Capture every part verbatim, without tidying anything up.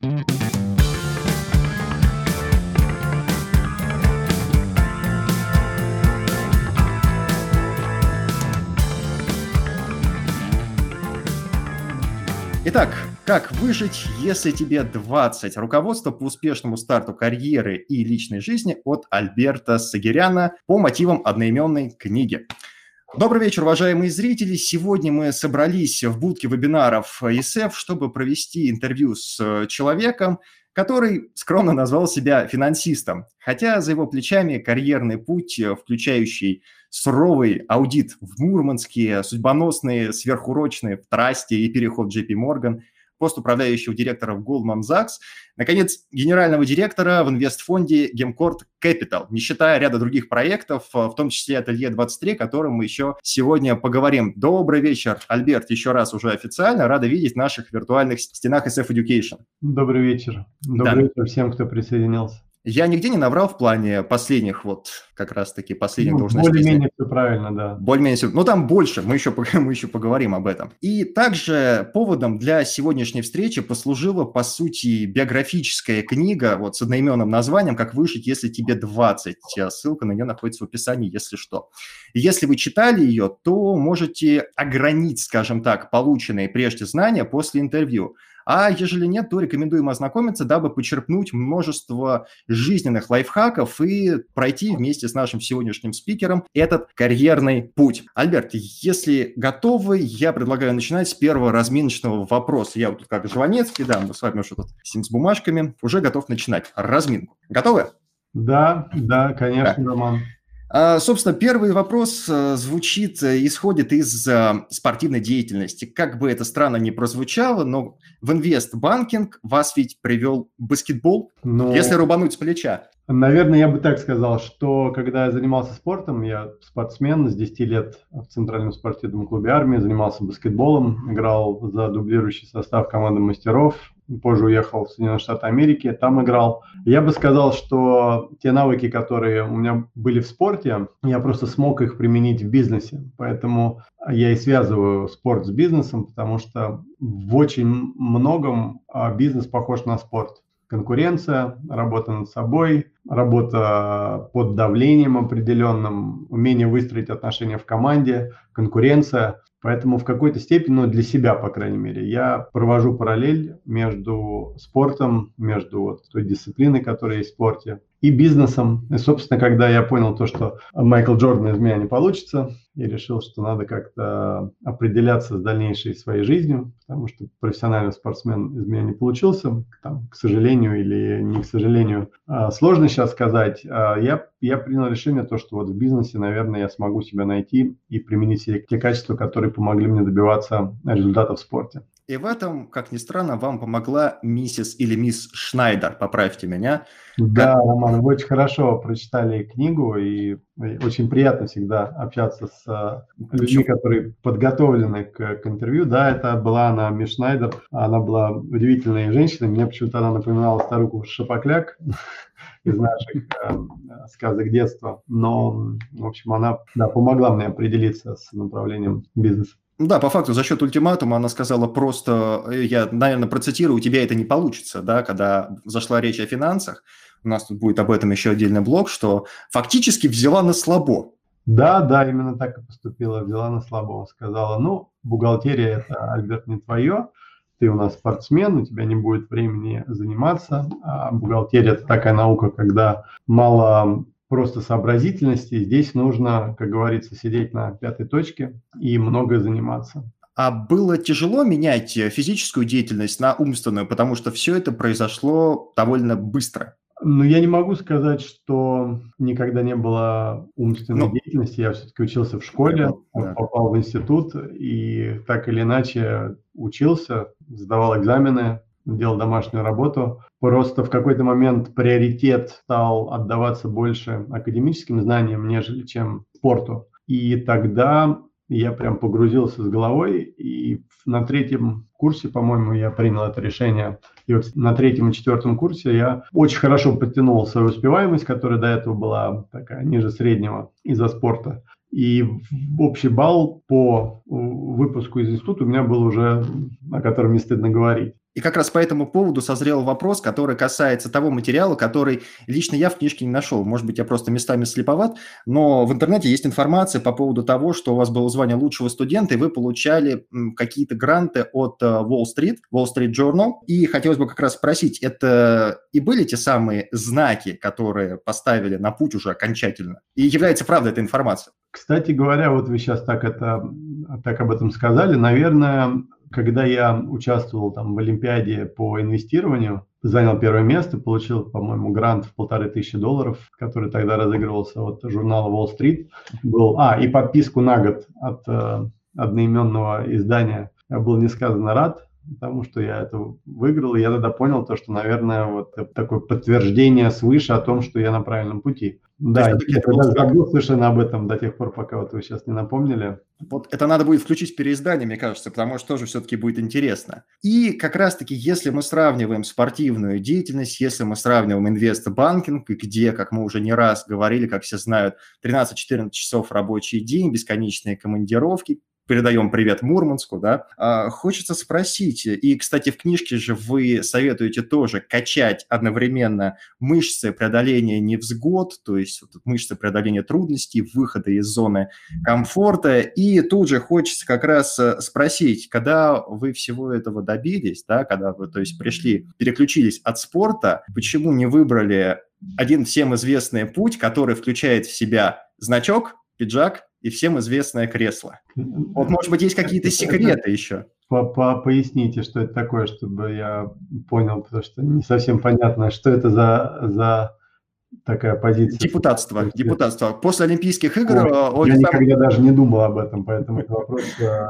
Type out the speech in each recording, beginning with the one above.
Итак, как выжить, если тебе двадцать? Руководство по успешному старту карьеры и личной жизни от Альберта Сагиряна по мотивам одноименной книги. Добрый вечер, уважаемые зрители. Сегодня мы собрались в будке вебинаров и эс эф, чтобы провести интервью с человеком, который скромно назвал себя финансистом, хотя за его плечами карьерный путь, включающий суровый аудит в Мурманске, судьбоносные сверхурочные в Трасте и переход в джей пи Morgan, пост управляющего директора в Goldman Sachs, наконец, генерального директора в инвестфонде Gemcord Capital, не считая ряда других проектов, в том числе Ателье двадцать три, о котором мы еще сегодня поговорим. Добрый вечер, Альберт, еще раз уже официально. Рада видеть в наших виртуальных стенах эс эф Education. Добрый вечер. Добрый Да. вечер всем, кто присоединился. Я нигде не наврал в плане последних, вот как раз-таки последних ну, должностей. Более-менее все правильно, да. Более-менее все. Ну, там больше, мы еще, мы еще поговорим об этом. И также поводом для сегодняшней встречи послужила, по сути, биографическая книга вот с одноименным названием «Как выжить, если тебе двадцать». Ссылка на нее находится в описании, если что. И если вы читали ее, то можете ограничить, скажем так, полученные прежде знания после интервью. А ежели нет, то рекомендуем ознакомиться, дабы почерпнуть множество жизненных лайфхаков и пройти вместе с нашим сегодняшним спикером этот карьерный путь. Альберт, если готовы, я предлагаю начинать с первого разминочного вопроса. Я вот тут как Жванецкий, да, мы с вами уже тут с бумажками, уже готов начинать разминку. Готовы? Да, да, конечно, да. Роман. А, собственно, первый вопрос а, звучит, исходит из а, спортивной деятельности. Как бы это странно ни прозвучало, но в инвестбанкинг вас ведь привел баскетбол, ну, если рубануть с плеча. Наверное, я бы так сказал, что когда я занимался спортом, я спортсмен с десяти лет в Центральном спортивном клубе армии, занимался баскетболом, играл за дублирующий состав команды мастеров, позже уехал в Соединенные Штаты Америки, там играл. Я бы сказал, что те навыки, которые у меня были в спорте, я просто смог их применить в бизнесе. Поэтому я и связываю спорт с бизнесом, потому что в очень многом бизнес похож на спорт. Конкуренция, работа над собой, работа под давлением определенным, умение выстроить отношения в команде, конкуренция. Поэтому в какой-то степени, ну, для себя, по крайней мере, я провожу параллель между спортом, между вот той дисциплиной, которая есть в спорте, и бизнесом. И, собственно, когда я понял то, что Майкл Джордан из меня не получится, я решил, что надо как-то определяться с дальнейшей своей жизнью, потому что профессиональный спортсмен из меня не получился, там, к сожалению или не к сожалению. Сложно сейчас сказать. Я, я принял решение, то, что вот в бизнесе, наверное, я смогу себя найти и применить все те качества, которые помогли мне добиваться результатов в спорте. И в этом, как ни странно, вам помогла миссис или мисс Шнайдер, поправьте меня. Да, как... Роман, вы очень хорошо прочитали книгу, и очень приятно всегда общаться с людьми, Почему? которые подготовлены к, к интервью. Да, это была она, мисс Шнайдер, она была удивительной женщиной, мне почему-то она напоминала старуху Шапокляк из наших э, сказок детства, но, в общем, она да, помогла мне определиться с направлением бизнеса. Да, по факту, за счет ультиматума она сказала просто, я, наверное, процитирую, у тебя это не получится, да, когда зашла речь о финансах, у нас тут будет об этом еще отдельный блог, что фактически взяла на слабо. Да, да, именно так и поступила, взяла на слабо, сказала, ну, бухгалтерия это, Альберт, не твое, ты у нас спортсмен, у тебя не будет времени заниматься, а бухгалтерия это такая наука, когда мало... просто сообразительности. Здесь нужно, как говорится, сидеть на пятой точке и многое заниматься. А было тяжело менять физическую деятельность на умственную, потому что все это произошло довольно быстро? Ну, я не могу сказать, что никогда не было умственной ну, деятельности. Я все-таки учился в школе, да. попал в институт и так или иначе учился, сдавал экзамены, делал домашнюю работу. Просто в какой-то момент приоритет стал отдаваться больше академическим знаниям, нежели чем спорту. И тогда я прям погрузился с головой, и на третьем курсе, по-моему, я принял это решение. И вот на третьем и четвертом курсе я очень хорошо подтянул свою успеваемость, которая до этого была такая ниже среднего из-за спорта. И общий балл по выпуску из института у меня был уже, о котором не стыдно говорить. И как раз по этому поводу созрел вопрос, который касается того материала, который лично я в книжке не нашел. Может быть, я просто местами слеповат, но в интернете есть информация по поводу того, что у вас было звание лучшего студента, и вы получали какие-то гранты от Wall Street, Wall Street Journal. И хотелось бы как раз спросить, это и были те самые знаки, которые поставили на путь уже окончательно? И является правда эта информация? Кстати говоря, вот вы сейчас так, это, так об этом сказали, наверное... Когда я участвовал там в Олимпиаде по инвестированию, занял первое место, получил, по-моему, грант в полторы тысячи долларов, который тогда разыгрывался от журнала Wall Street. Был, а, и подписку на год от э, одноименного издания. Я был несказанно рад, потому что я это выиграл. И я тогда понял то, что, наверное, вот такое подтверждение свыше о том, что я на правильном пути. Да, я тогда забыл совершенно об этом до тех пор, пока вот вы сейчас не напомнили. Вот это надо будет включить в переиздание, мне кажется, потому что тоже все-таки будет интересно. И как раз-таки, если мы сравниваем спортивную деятельность, если мы сравниваем инвестбанкинг, где, как мы уже не раз говорили, как все знают, тринадцать-четырнадцать часов рабочий день, бесконечные командировки, передаем привет Мурманску, да, а, хочется спросить, и, кстати, в книжке же вы советуете тоже качать одновременно мышцы преодоления невзгод, то есть вот, мышцы преодоления трудностей, выхода из зоны комфорта, и тут же хочется как раз спросить, когда вы всего этого добились, да, когда вы, то есть, пришли, переключились от спорта, почему не выбрали один всем известный путь, который включает в себя значок, пиджак и всем известное кресло? Вот, может быть, есть какие-то секреты еще? Поясните, что это такое, чтобы я понял, потому что не совсем понятно, что это за, за такая позиция. Депутатство. Депутатство. После Олимпийских игр... Ой, я сам... никогда даже не думал об этом, поэтому этот вопрос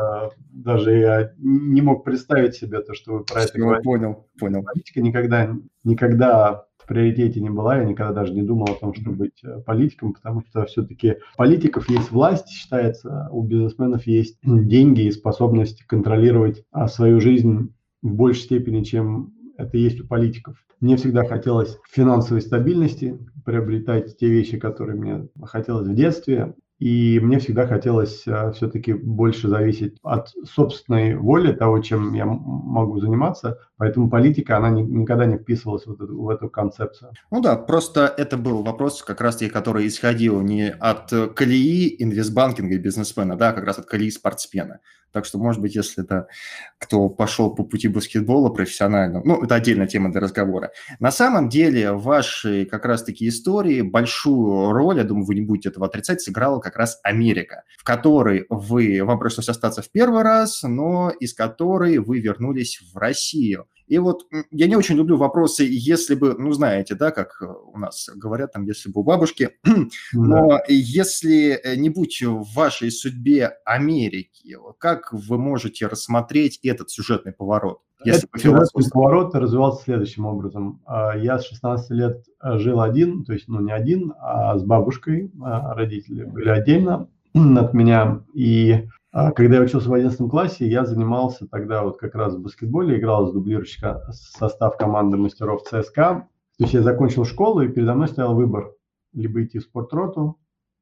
даже я не мог представить себе то, что вы про это говорите. Понял, понял. Политика никогда, никогда в приоритете не была, я никогда даже не думал о том, чтобы быть политиком, потому что все-таки у политиков есть власть, считается, у бизнесменов есть деньги и способность контролировать свою жизнь в большей степени, чем это есть у политиков. Мне всегда хотелось финансовой стабильности, приобретать те вещи, которые мне хотелось в детстве. И мне всегда хотелось а, все-таки больше зависеть от собственной воли, того, чем я могу заниматься. Поэтому политика, она ни, никогда не вписывалась в эту, в эту концепцию. Ну да, просто это был вопрос, как раз-таки, который исходил не от колеи инвестбанкинга и бизнесмена, да, а как раз от колеи спортсмена. Так что, может быть, если это кто пошел по пути баскетбола профессионально, ну, это отдельная тема для разговора. На самом деле, в вашей как раз-таки истории большую роль, я думаю, вы не будете этого отрицать, сыграла как раз Америка, в которой вы, вам пришлось остаться в первый раз, но из которой вы вернулись в Россию. И вот я не очень люблю вопросы, если бы, ну, знаете, да, как у нас говорят, там, если бы у бабушки, но да. Если не будь в вашей судьбе Америки, как вы можете рассмотреть этот сюжетный поворот? Этот сюжетный поворот развивался следующим образом. Я с шестнадцати лет жил один, то есть, ну, не один, а с бабушкой, родители были отдельно от меня, и... Когда я учился в одиннадцатом классе, я занимался тогда вот как раз в баскетболе, играл за дублирующий состав команды мастеров ЦСКА. То есть я закончил школу, и передо мной стоял выбор: либо идти в спортроту,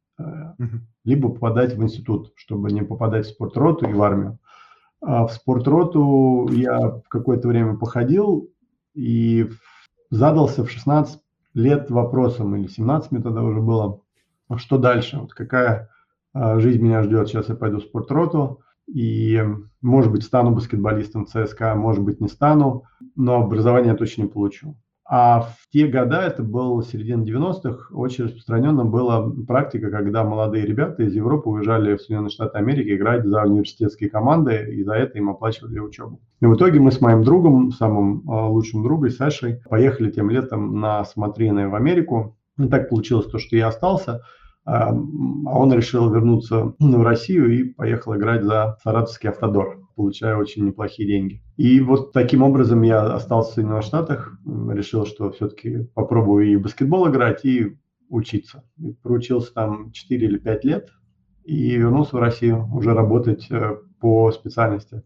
либо попадать в институт, чтобы не попадать в спортроту и в армию. А в спортроту я в какое-то время походил и задался в шестнадцать лет вопросом, или семнадцать мне тогда уже было, что дальше, вот какая... жизнь меня ждет, сейчас я пойду в спортроту и, может быть, стану баскетболистом ЦСКА, может быть, не стану, но образование я точно не получу. А в те года, это было середина девяностых, очень распространенно была практика, когда молодые ребята из Европы уезжали в Соединенные Штаты Америки играть за университетские команды, и за это им оплачивали учебу. И в итоге мы с моим другом, самым лучшим другом, Сашей, поехали тем летом на смотрины в Америку. И так получилось то, что я остался, а он решил вернуться в Россию и поехал играть за Саратовский Автодор, получая очень неплохие деньги. И вот таким образом я остался в Соединенных Штатах, решил, что все-таки попробую и в баскетбол играть, и учиться. И проучился там четыре или пять лет и вернулся в Россию уже работать по специальности.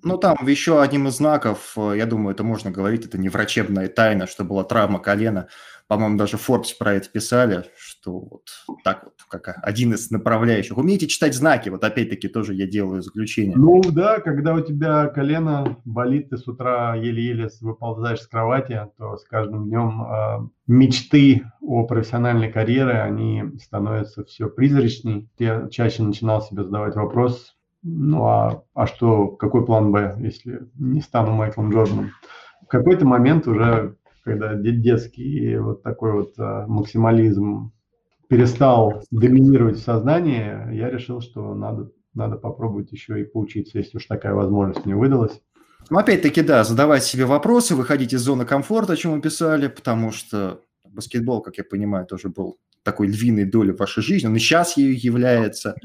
Ну, там еще одним из знаков, э, я думаю, это можно говорить, это не врачебная тайна, что была травма колена. По-моему, даже Forbes про это писали, что вот так вот, как один из направляющих. Умеете читать знаки, вот опять-таки тоже я делаю заключение. Ну да, когда у тебя колено болит, ты с утра еле-еле выползаешь с кровати, то с каждым днем э, мечты о профессиональной карьере, они становятся все призрачней. Я чаще начинал себе задавать вопрос, ну а, а что, какой план Б, если не стану Майклом Джорданом? В какой-то момент уже, когда де- детский вот такой вот э, максимализм перестал доминировать в сознании, я решил, что надо, надо попробовать еще и поучиться, если уж такая возможность мне выдалась. Ну, опять-таки, да, задавать себе вопросы, выходить из зоны комфорта, о чем мы писали, потому что баскетбол, как я понимаю, тоже был такой львиной долей в вашей жизни, он и сейчас ею является.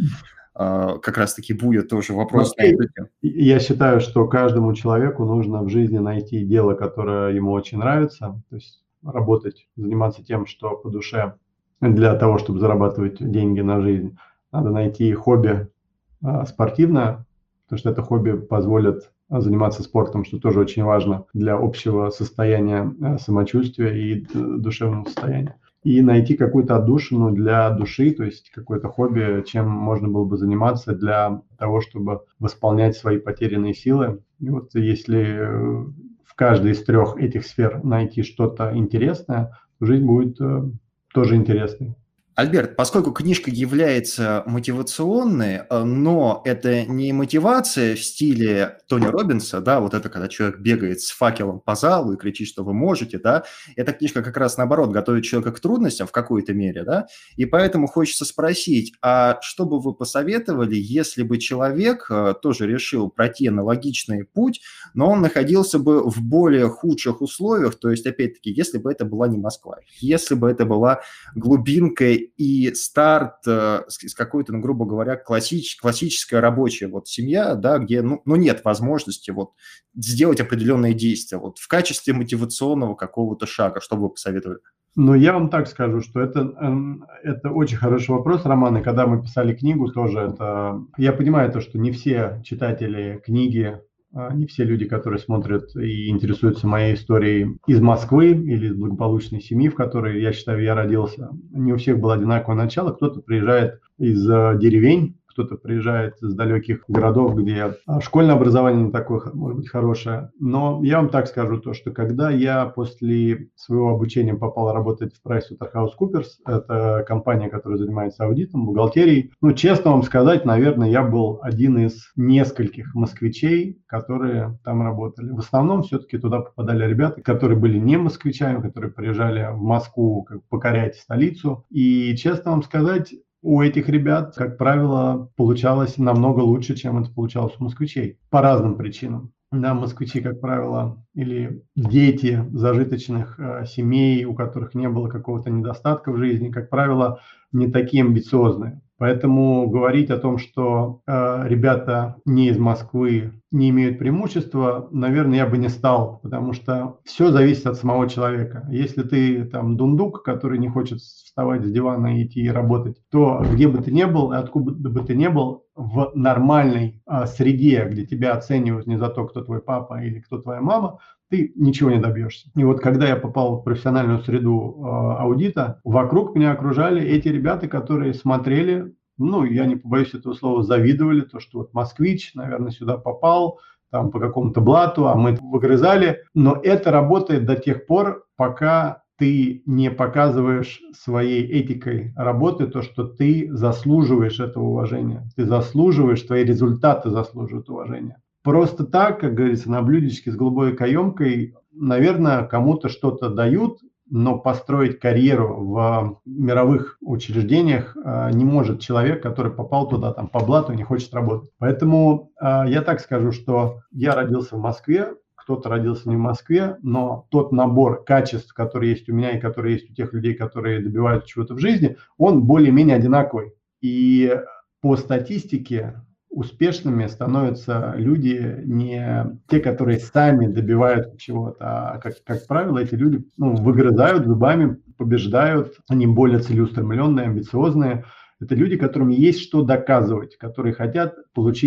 А, как раз-таки будет тоже вопрос на Вообще, эту тему. я считаю, что каждому человеку нужно в жизни найти дело, которое ему очень нравится, то есть работать, заниматься тем, что по душе, для того, чтобы зарабатывать деньги на жизнь. Надо найти хобби а, спортивное, потому что это хобби позволит а, заниматься спортом, что тоже очень важно для общего состояния а, самочувствия и д- душевного состояния. И найти какую-то отдушину для души, то есть какое-то хобби, чем можно было бы заниматься для того, чтобы восполнять свои потерянные силы. И вот если э, в каждой из трех этих сфер найти что-то интересное, то жизнь будет э, тоже интересной. Альберт, поскольку книжка является мотивационной, э, но это не мотивация в стиле Тони Роббинса, да, вот это когда человек бегает с факелом по залу и кричит, что вы можете, да, эта книжка как раз наоборот готовит человека к трудностям в какой-то мере, да, и поэтому хочется спросить, а что бы вы посоветовали, если бы человек э, тоже решил пройти аналогичный путь, но он находился бы в более худших условиях, то есть, опять-таки, если бы это была не Москва, если бы это была глубинка и старт э, с, с какой-то, ну, грубо говоря, классич, классическая рабочая вот семья, да, где, ну, ну, нет возможности вот сделать определенные действия вот в качестве мотивационного какого-то шага, что бы вы посоветовали? Ну, я вам так скажу, что это, эм, это очень хороший вопрос, Роман, и когда мы писали книгу, тоже это... Я понимаю то, что не все читатели книги, а, не все люди, которые смотрят и интересуются моей историей из Москвы или из благополучной семьи, в которой, я считаю, я родился, не у всех было одинаковое начало. Кто-то приезжает из э, деревень, кто-то приезжает из далеких городов, где а, школьное образование не такое, может быть, хорошее. Но я вам так скажу то, что когда я после своего обучения попал работать в PricewaterhouseCoopers, это компания, которая занимается аудитом, бухгалтерией, ну, честно вам сказать, наверное, я был один из нескольких москвичей, которые там работали. В основном все-таки туда попадали ребята, которые были не москвичами, которые приезжали в Москву как, покорять столицу. И, честно вам сказать, у этих ребят, как правило, получалось намного лучше, чем это получалось у москвичей. По разным причинам. Да, москвичи, как правило, или дети зажиточных э, семей, у которых не было какого-то недостатка в жизни, как правило, не такие амбициозные. Поэтому говорить о том, что э, ребята не из Москвы не имеют преимущества, наверное, я бы не стал, потому что все зависит от самого человека. Если ты там дундук, который не хочет вставать с дивана и идти работать, то где бы ты ни был, откуда бы ты ни был, в нормальной э, среде, где тебя оценивают не за то, кто твой папа или кто твоя мама, ты ничего не добьешься. И вот когда я попал в профессиональную среду э, аудита, вокруг меня окружали эти ребята, которые смотрели, ну, я не побоюсь этого слова, завидовали, то, что вот москвич, наверное, сюда попал, там по какому-то блату, а мы выгрызали. Но это работает до тех пор, пока ты не показываешь своей этикой работы то, что ты заслуживаешь этого уважения. Ты заслуживаешь, твои результаты заслуживают уважения. Просто так, как говорится, на блюдечке с голубой каемкой, наверное, кому-то что-то дают, но построить карьеру в мировых учреждениях э, не может человек, который попал туда там по блату и не хочет работать. Поэтому э, я так скажу, что я родился в Москве, кто-то родился не в Москве, но тот набор качеств, которые есть у меня и которые есть у тех людей, которые добиваются чего-то в жизни, он более-менее одинаковый. И по статистике успешными становятся люди не те, которые сами добиваются чего-то, а, как, как правило, эти люди ну, выгрызают зубами, побеждают, они более целеустремленные, амбициозные. Это люди, которым есть что доказывать, которые хотят получить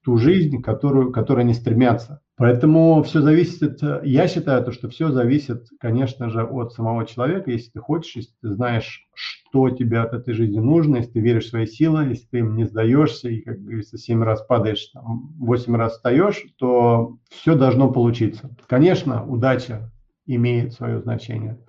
ту жизнь, которую, к которой они стремятся. Поэтому все зависит, я считаю, то, что все зависит, конечно же, от самого человека. Если ты хочешь, если ты знаешь, что тебе от этой жизни нужно, если ты веришь в свои силы, если ты им не сдаешься и, как говорится, семь раз падаешь, там, восемь раз встаешь, то все должно получиться. Конечно, удача имеет свое значение.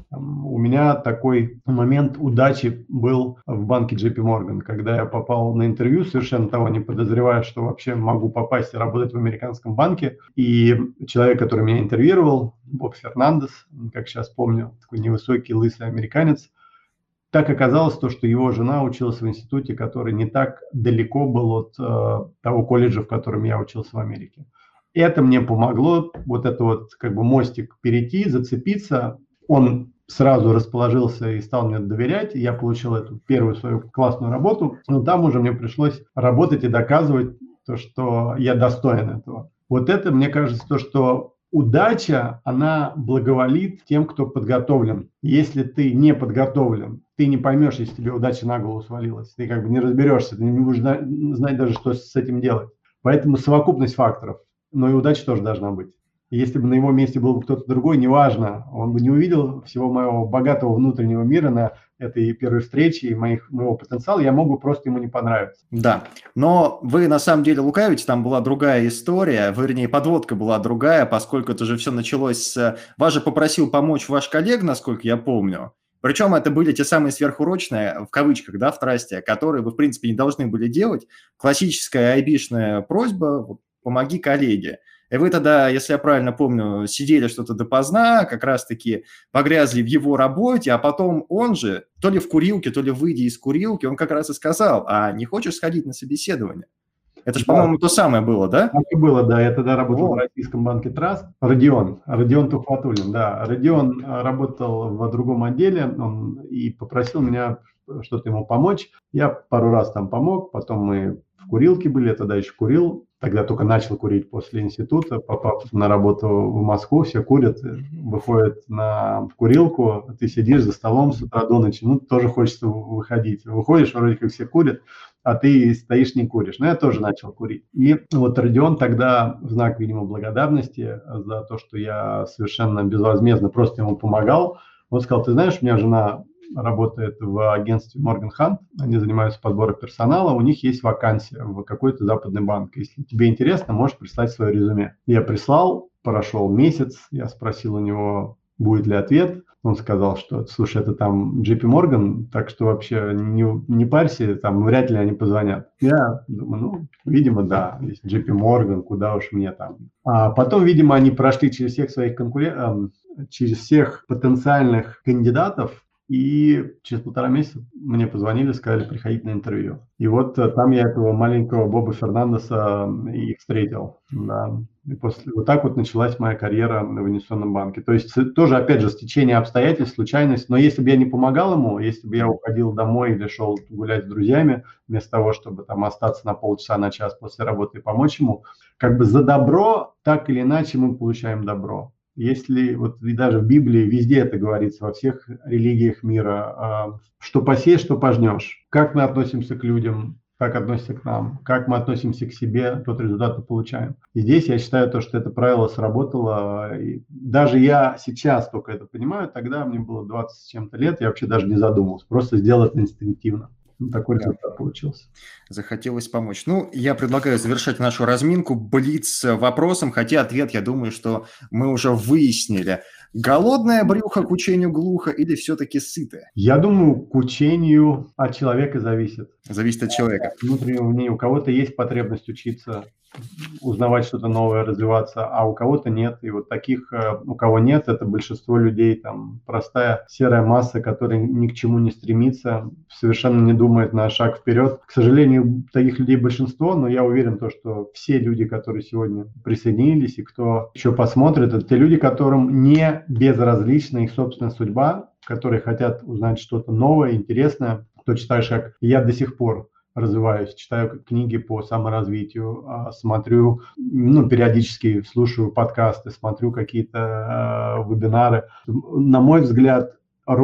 У меня такой момент удачи был в банке джей пи Morgan, когда я попал на интервью, совершенно того не подозревая, что вообще могу попасть и работать в американском банке. И человек, который меня интервьюировал, Боб Фернандес, как сейчас помню, такой невысокий, лысый американец, так оказалось то, что его жена училась в институте, который не так далеко был от э, того колледжа, в котором я учился в Америке. Это мне помогло, вот это вот как бы мостик перейти, зацепиться. Он сразу расположился и стал мне доверять. Я получил эту первую свою классную работу. Но там уже мне пришлось работать и доказывать то, что я достоин этого. Вот это, мне кажется, то, что удача, она благоволит тем, кто подготовлен. Если ты не подготовлен, ты не поймешь, если тебе удача на голову свалилась. Ты как бы не разберешься, ты не будешь знать даже, что с этим делать. Поэтому совокупность факторов. Но и удача тоже должна быть. Если бы на его месте был бы кто-то другой, неважно, он бы не увидел всего моего богатого внутреннего мира на этой первой встрече и моих, моего потенциала, я мог бы просто ему не понравиться. Да, но вы на самом деле лукавите, там была другая история, вернее, подводка была другая, поскольку это же все началось с... Вас же попросил помочь ваш коллега, насколько я помню. Причем это были те самые сверхурочные, в кавычках, да, в трасте, которые вы, в принципе, не должны были делать. Классическая айбишная просьба «помоги коллеге». И вы тогда, если я правильно помню, сидели что-то допоздна, как раз-таки погрязли в его работе, а потом он же, то ли в курилке, то ли выйдя из курилки, он как раз и сказал: а не хочешь сходить на собеседование? Это же, да, по-моему, то самое было, да? Так и было, да. Я тогда работал О. в Российском банке Траст. Родион, Родион Тухватуллин, да. Родион работал в другом отделе, он и попросил меня что-то ему помочь. Я пару раз там помог, потом мы в курилке были, я тогда еще курил. Тогда только начал курить после института, попав на работу в Москву, все курят, выходят на, в курилку, ты сидишь за столом с утра до ночи, ну, тоже хочется выходить. Выходишь, вроде как все курят, а ты стоишь, не куришь. Но я тоже начал курить. И вот Родион тогда, в знак, видимо, благодарности за то, что я совершенно безвозмездно просто ему помогал, он сказал: ты знаешь, у меня жена работает в агентстве Morgan Hunt, они занимаются подбором персонала, у них есть вакансия в какой-то западный банк. Если тебе интересно, можешь прислать свое резюме. Я прислал, прошел месяц, я спросил у него, будет ли ответ. Он сказал, что, слушай, это там джей пи Morgan, так что вообще не, не парься, там вряд ли они позвонят. Я думаю, ну, видимо, да, есть джей пи Morgan, куда уж мне там. А потом, видимо, они прошли через всех своих конкурентов, через всех потенциальных кандидатов, и через полтора месяца мне позвонили, сказали, приходить на интервью. И вот там я этого маленького Боба Фернандеса и встретил. Да. И после, вот так вот началась моя карьера в инвестиционном банке. То есть тоже, опять же, стечение обстоятельств, случайность. Но если бы я не помогал ему, если бы я уходил домой или шел гулять с друзьями, вместо того, чтобы там остаться на полчаса, на час после работы и помочь ему, как бы за добро, так или иначе мы получаем добро. Если вот и даже в Библии везде это говорится, во всех религиях мира, что посеешь, что пожнешь. Как мы относимся к людям, как относятся к нам, как мы относимся к себе, тот результат мы получаем. И здесь я считаю то, что это правило сработало. И даже я сейчас только это понимаю, тогда мне было двадцать с чем-то лет, я вообще даже не задумывался, просто сделал это инстинктивно. Такой результат получился. Захотелось помочь. Ну, я предлагаю завершать нашу разминку блиц вопросом, хотя ответ, я думаю, что мы уже выяснили. Голодное брюхо к учению глухо или все-таки сытое? Я думаю, к учению от человека зависит. Зависит от человека. Внутреннего мнения. У кого-то есть потребность учиться, узнавать что-то новое, развиваться, а у кого-то нет. И вот таких, у кого нет, это большинство людей, там, простая серая масса, которая ни к чему не стремится, совершенно не думает на шаг вперед. К сожалению, таких людей большинство, но я уверен, то, что все люди, которые сегодня присоединились и кто еще посмотрит, это те люди, которым не безразлична их собственная судьба, которые хотят узнать что-то новое, интересное. Кто читаешь, как я до сих пор развиваюсь, читаю книги по саморазвитию, смотрю, ну, периодически слушаю подкасты, смотрю какие-то э, вебинары. На мой взгляд, рост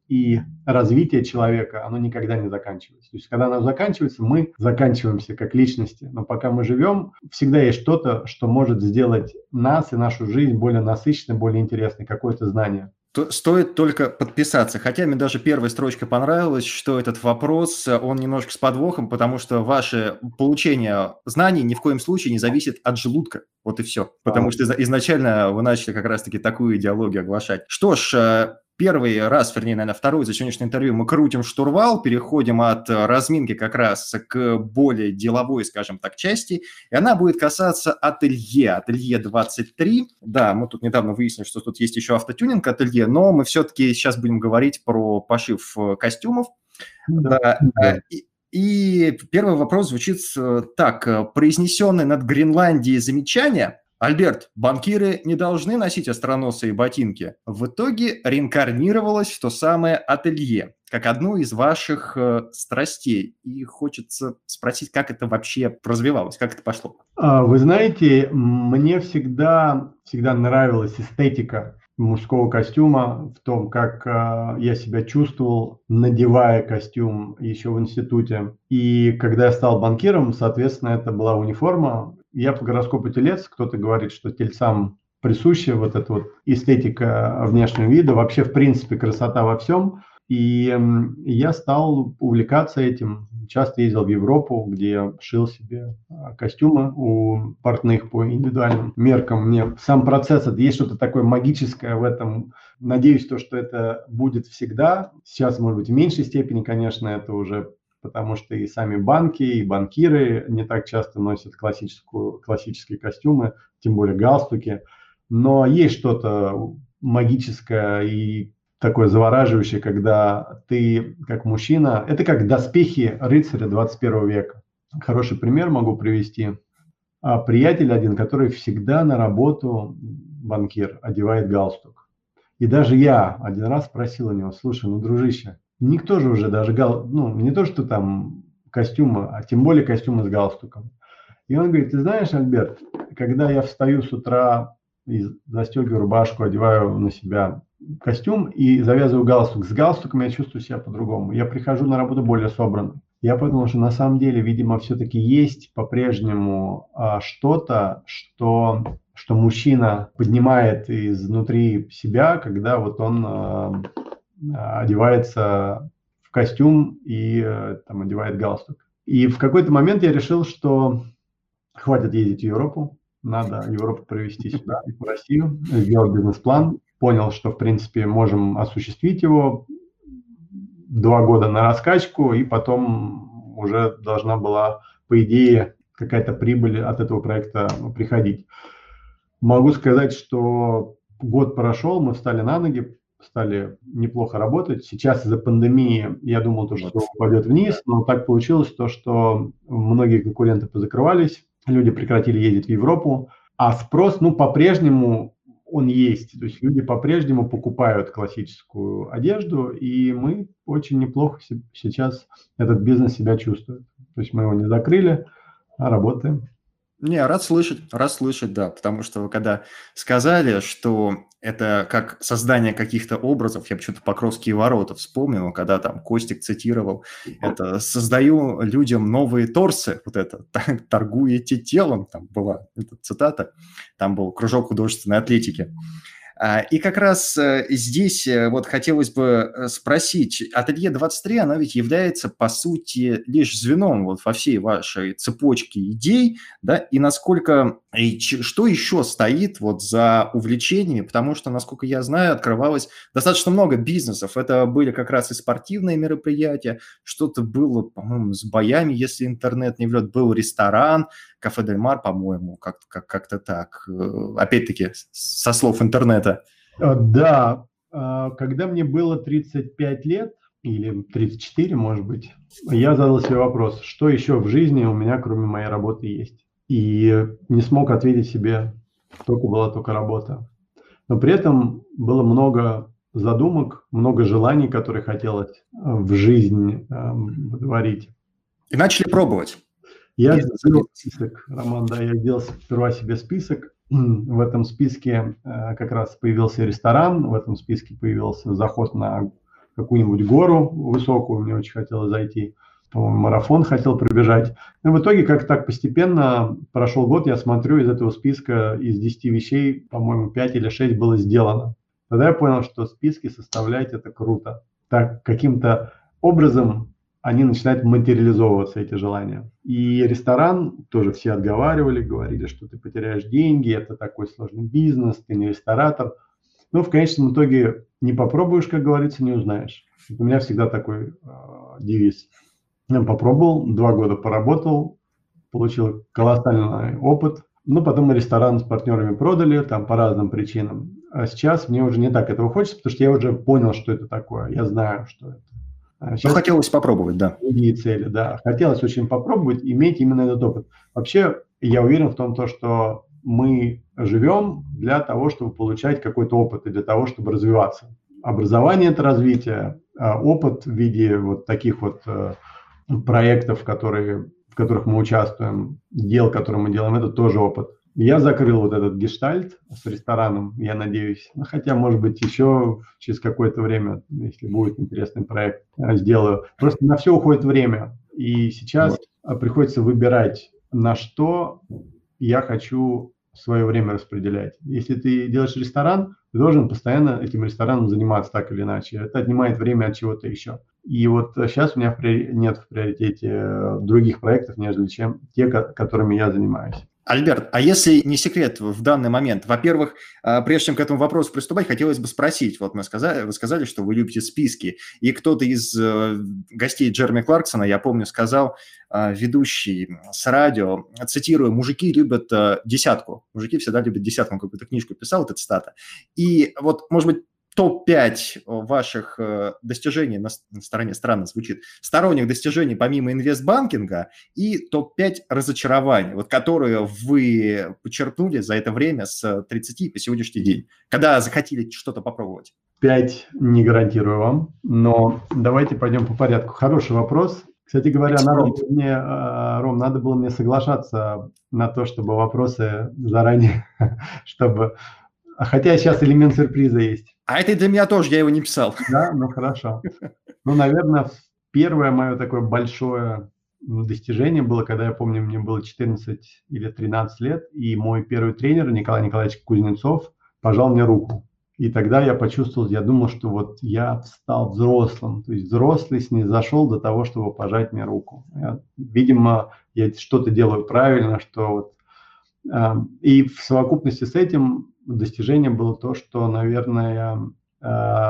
и развитие человека, оно никогда не заканчивается. То есть, когда оно заканчивается, мы заканчиваемся как личности. Но пока мы живем, всегда есть что-то, что может сделать нас и нашу жизнь более насыщенной, более интересной, какое-то знание. Стоит только подписаться. Хотя мне даже первая строчка понравилась, что этот вопрос, он немножко с подвохом, потому что ваше получение знаний ни в коем случае не зависит от желудка. Вот и все. Потому что изначально вы начали как раз-таки такую идеологию оглашать. Что ж, первый раз, вернее, наверное, второй за сегодняшнее интервью мы крутим штурвал, переходим от разминки как раз к более деловой, скажем так, части, и она будет касаться ателье, ателье двадцать три. Да, мы тут недавно выяснили, что тут есть еще автотюнинг ателье, но мы все-таки сейчас будем говорить про пошив костюмов. Да. Да. И, и первый вопрос звучит так. Произнесенное над Гренландией замечание: Альберт, банкиры не должны носить остроносые ботинки, в итоге реинкарнировалось в то самое ателье, как одну из ваших э, страстей. И хочется спросить, как это вообще развивалось, как это пошло? Вы знаете, мне всегда, всегда нравилась эстетика мужского костюма, в том, как э, я себя чувствовал, надевая костюм еще в институте. И когда я стал банкиром, соответственно, это была униформа. Я по гороскопу телец, кто-то говорит, что тельцам присуща вот эта вот эстетика внешнего вида, вообще, в принципе, красота во всем. И э, я стал увлекаться этим. Часто ездил в Европу, где я шил себе костюмы у портных по индивидуальным меркам. Мне сам процесс, это есть что-то такое магическое в этом. Надеюсь, то, что это будет всегда. Сейчас, может быть, в меньшей степени, конечно, это уже потому что и сами банки, и банкиры не так часто носят классическую, классические костюмы, тем более галстуки. Но есть что-то магическое и такое завораживающее, когда ты, как мужчина, это как доспехи рыцаря двадцать первого века. Хороший пример могу привести. Приятель один, который всегда на работу, банкир, одевает галстук. И даже я один раз спросил у него: слушай, ну, дружище, никто же уже даже, гал... ну, не то, что там костюмы, а тем более костюмы с галстуком. И он говорит: ты знаешь, Альберт, когда я встаю с утра и застегиваю рубашку, одеваю на себя костюм и завязываю галстук. С галстуком я чувствую себя по-другому. Я прихожу на работу более собранным. Я подумал, что на самом деле, видимо, все-таки есть по-прежнему а, что-то, что, что мужчина поднимает изнутри себя, когда вот он а, одевается в костюм и а, там одевает галстук. И в какой-то момент я решил, что хватит ездить в Европу, надо Европу провести сюда, в Россию, сделал бизнес-план. Понял, что, в принципе, можем осуществить его, два года на раскачку, и потом уже должна была, по идее, какая-то прибыль от этого проекта приходить. Могу сказать, что год прошел, мы встали на ноги, стали неплохо работать. Сейчас из-за пандемии я думал, то, что вот. Пойдет вниз, но так получилось, то, что многие конкуренты позакрывались, люди прекратили ездить в Европу, а спрос, ну, по-прежнему он есть. То есть люди по-прежнему покупают классическую одежду, и мы очень неплохо сейчас этот бизнес себя чувствует. То есть мы его не закрыли, а работаем. Не, рад слышать, рад слышать, да, потому что вы когда сказали, что это как создание каких-то образов, я почему-то Покровские ворота вспомнил, когда там Костик цитировал, это «создаю людям новые торсы», вот это «торгуете телом», там была эта цитата, там был кружок художественной атлетики. И как раз здесь вот хотелось бы спросить, ателье двадцать три, оно ведь является, по сути, лишь звеном вот во всей вашей цепочке идей, да, и насколько, и что еще стоит вот за увлечениями, потому что, насколько я знаю, открывалось достаточно много бизнесов, это были как раз и спортивные мероприятия, что-то было, по-моему, с боями, если интернет не врет, был ресторан, Кафе Дель Мар, по-моему, как- как- как-то так, опять-таки, со слов интернета. Да, когда мне было тридцать пять лет, или тридцать четыре, может быть, я задал себе вопрос, что еще в жизни у меня, кроме моей работы, есть. И не смог ответить себе, только была только работа. Но при этом было много задумок, много желаний, которые хотелось в жизнь водворить. И начали пробовать. Я сделал список, Роман, да, я сделал сперва себе список. В этом списке э, как раз появился ресторан, в этом списке появился заход на какую-нибудь гору высокую, мне очень хотелось зайти. По-моему, марафон хотел пробежать. Но в итоге, как так постепенно прошел год, я смотрю, из этого списка из десяти вещей, по-моему, пять или шесть было сделано. Тогда я понял, что списки составлять – это круто. Так каким-то образом они начинают материализовываться, эти желания. И ресторан тоже все отговаривали, говорили, что ты потеряешь деньги, это такой сложный бизнес, ты не ресторатор. Но в конечном итоге не попробуешь, как говорится, не узнаешь. У меня всегда такой э, девиз. Я попробовал, два года поработал, получил колоссальный опыт. Ну, потом мы ресторан с партнерами продали, там по разным причинам. А сейчас мне уже не так этого хочется, потому что я уже понял, что это такое. Я знаю, что это. А сейчас ну, хотелось попробовать, да. Другие цели, да. Хотелось очень попробовать, иметь именно этот опыт. Вообще, я уверен в том, что мы живем для того, чтобы получать какой-то опыт и для того, чтобы развиваться. Образование – это развитие, а опыт в виде вот таких вот проектов, которые, в которых мы участвуем, дел, которые мы делаем, это тоже опыт. Я закрыл вот этот гештальт с рестораном, я надеюсь. Хотя, может быть, еще через какое-то время, если будет интересный проект, сделаю. Просто на все уходит время. И сейчас вот приходится выбирать, на что я хочу свое время распределять. Если ты делаешь ресторан, ты должен постоянно этим рестораном заниматься так или иначе. Это отнимает время от чего-то еще. И вот сейчас у меня нет в приоритете других проектов, нежели чем те, которыми я занимаюсь. Альберт, а если не секрет в данный момент, во-первых, прежде чем к этому вопросу приступать, хотелось бы спросить, вот мы сказали, вы сказали, что вы любите списки, и кто-то из гостей Джереми Кларксона, я помню, сказал, ведущий с радио, цитирую, «Мужики любят десятку». Мужики всегда любят десятку, он какую-то книжку писал, эта цитата. И вот, может быть, топ пять ваших достижений, на стороне странно звучит, сторонних достижений помимо инвестбанкинга и топ пять разочарований, вот которые вы подчеркнули за это время с тридцати по сегодняшний день, когда захотели что-то попробовать. Пять не гарантирую вам, но давайте пойдем по порядку. Хороший вопрос. Кстати говоря, надо было мне, Ром, надо было мне соглашаться на то, чтобы вопросы заранее, чтобы... Хотя сейчас элемент сюрприза есть. А это для меня тоже, я его не писал. Да, ну хорошо. Ну, наверное, первое мое такое большое достижение было, когда, я помню, мне было четырнадцать или тринадцать лет, и мой первый тренер Николай Николаевич Кузнецов пожал мне руку. И тогда я почувствовал, я думал, что вот я стал взрослым, то есть взрослый снизошел до того, чтобы пожать мне руку. Я, видимо, я что-то делаю правильно, что вот... Э, и в совокупности с этим достижением было то, что, наверное, э,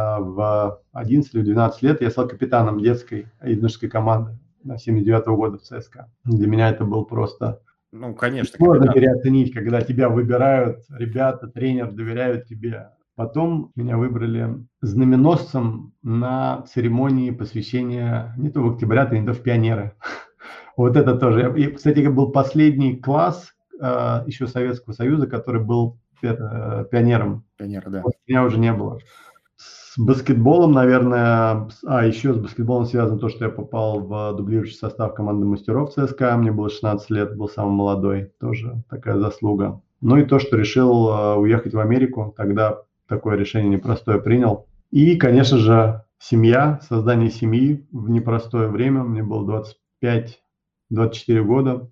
в одиннадцать или двенадцать лет я стал капитаном детской юношеской команды семьдесят девятого года в ЦСКА. Для меня это был просто... Ну, конечно. Можно переоценить, когда тебя выбирают ребята, тренер доверяют тебе. Потом меня выбрали знаменосцем на церемонии посвящения не то в октябрята, не то в пионеры. Вот это тоже. И, кстати, был последний класс э, еще Советского Союза, который был э, пионером. Пионера, да. Вот меня уже не было. С баскетболом, наверное, а еще с баскетболом связано то, что я попал в дублирующий состав команды мастеров ЦСКА. Мне было шестнадцать лет, был самый молодой, тоже такая заслуга. Ну и то, что решил э, уехать в Америку, тогда такое решение непростое принял. И, конечно же, семья, создание семьи в непростое время. Мне было двадцать пять - двадцать четыре года.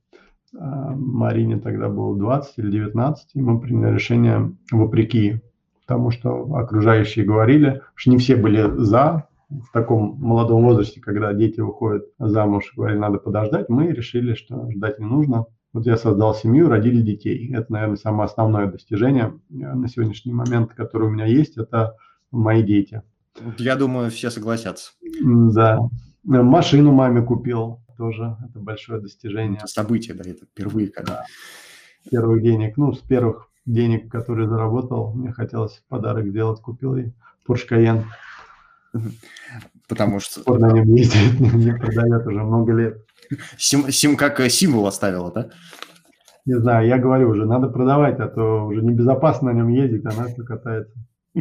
Марине тогда было двадцать или девятнадцать. И мы приняли решение вопреки тому, что окружающие говорили. Потому что не все были за. В таком молодом возрасте, когда дети выходят замуж, говорили, надо подождать. Мы решили, что ждать не нужно. Вот я создал семью, родили детей. Это, наверное, самое основное достижение на сегодняшний момент, которое у меня есть, это мои дети. Я думаю, все согласятся. Да. Машину маме купил, тоже это большое достижение. Это событие, да, это впервые, когда... Первых денег, ну, с первых денег, которые заработал, мне хотелось подарок сделать, купил ей Porsche Cayenne. Потому что... Вот на нем ездит, не продает уже много лет. Сим, сим, как символ оставила, да? Не знаю, я говорю уже, надо продавать, а то уже небезопасно на нем ездить, она все катается.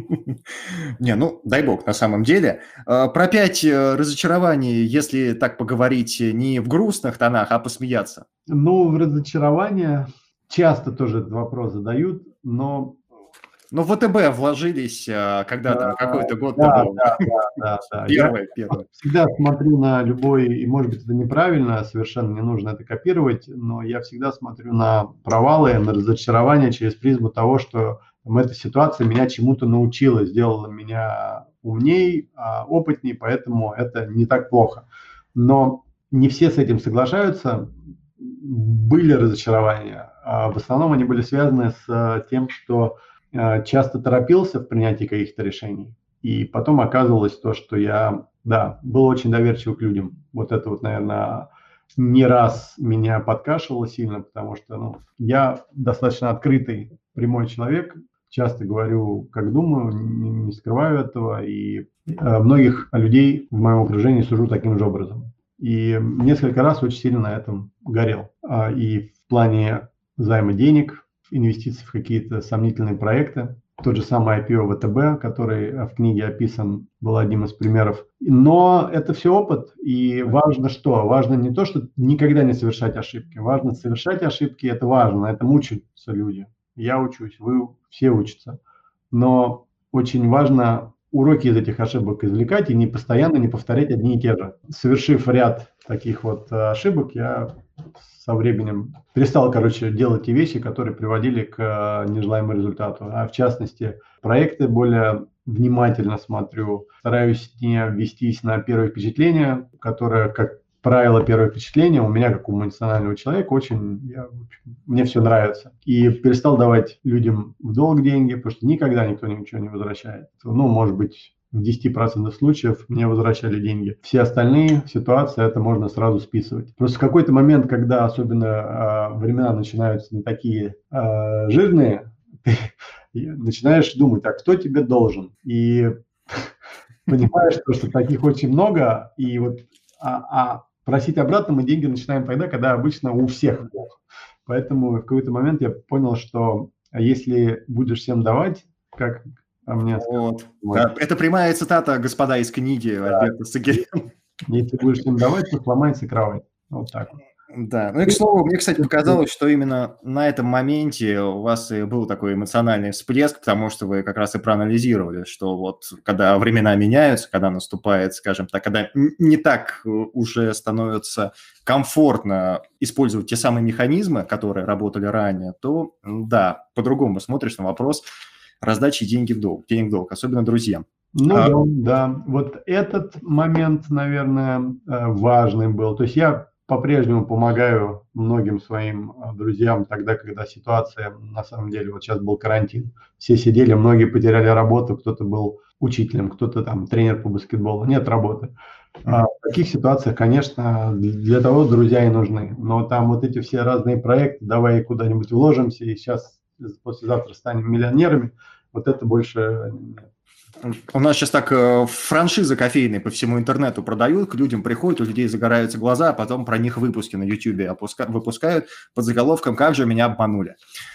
Не, ну, дай бог, на самом деле. Про пять разочарований, если так поговорить, не в грустных тонах, а посмеяться. Ну, в разочарование часто тоже этот вопрос задают, но Ну, в ВТБ вложились, а, когда там какой-то год Да, был. да, да, да, да. Первое, Я первое. всегда смотрю на любой, и может быть это неправильно, совершенно не нужно это копировать, но я всегда смотрю на провалы, на разочарования через призму того, что там, эта ситуация меня чему-то научила, сделала меня умней, а, опытней, поэтому это не так плохо. Но не все с этим соглашаются. Были разочарования. А в основном они были связаны с тем, что а, часто торопился в принятии каких-то решений. И потом оказывалось то, что я, да, был очень доверчив к людям. Вот это вот, наверное, не раз меня подкашивало сильно, потому что ну, я достаточно открытый, прямой человек. Часто говорю, как думаю, не, не скрываю этого. И э, многих людей в моем окружении сужу таким же образом. И несколько раз очень сильно на этом горел. А, и в плане займа денег, инвестиций в какие-то сомнительные проекты. Тот же самый ай пи о ВТБ, который в книге описан, был одним из примеров. Но это все опыт, и важно что? Важно не то, что никогда не совершать ошибки. Важно совершать ошибки, это важно, это учатся люди. Я учусь, вы все учатся. Но очень важно уроки из этих ошибок извлекать и не постоянно не повторять одни и те же. Совершив ряд таких вот ошибок, я со временем перестал, короче, делать те вещи, которые приводили к нежелаемому результату. А в частности, проекты более внимательно смотрю, стараюсь не вестись на первое впечатление, которое, как правило, первое впечатление у меня, как у эмоционального человека, очень, я, мне все нравится. И перестал давать людям в долг деньги, потому что никогда никто ничего не возвращает. Ну, может быть, в десяти процентах случаев мне возвращали деньги. Все остальные ситуации это можно сразу списывать. Просто в какой-то момент, когда особенно э, времена начинаются не такие э, жирные, ты начинаешь думать, а кто тебе должен? И понимаешь, что таких очень много, и вот а, а просить обратно мы деньги начинаем тогда, когда обычно у всех плохо. Поэтому в какой-то момент я понял, что если будешь всем давать, как а мне Вот. сказали, Да, это прямая цитата, господа, из книги да, Альберта Сагиряна. если будешь всем давать, то сломается кровать. Вот так вот. Да, ну и, к слову, мне, кстати, показалось, что именно на этом моменте у вас и был такой эмоциональный всплеск, потому что вы как раз и проанализировали, что вот когда времена меняются, когда наступает, скажем так, когда не так уже становится комфортно использовать те самые механизмы, которые работали ранее, то, да, по-другому смотришь на вопрос раздачи деньги в долг, денег в долг, особенно друзьям. Ну а... да, да, вот этот момент, наверное, важный был. То есть я по-прежнему помогаю многим своим друзьям тогда, когда ситуация, на самом деле, вот сейчас был карантин, все сидели, многие потеряли работу, кто-то был учителем, кто-то там тренер по баскетболу, нет работы. А в таких ситуациях, конечно, для того друзья и нужны. Но там вот эти все разные проекты, давай куда-нибудь вложимся и сейчас послезавтра станем миллионерами, вот это больше нет. У нас сейчас так э, франшизы кофейные по всему интернету продают, к людям приходят, у людей загораются глаза, а потом про них выпуски на YouTube опуска- выпускают под заголовком «Как же меня обманули».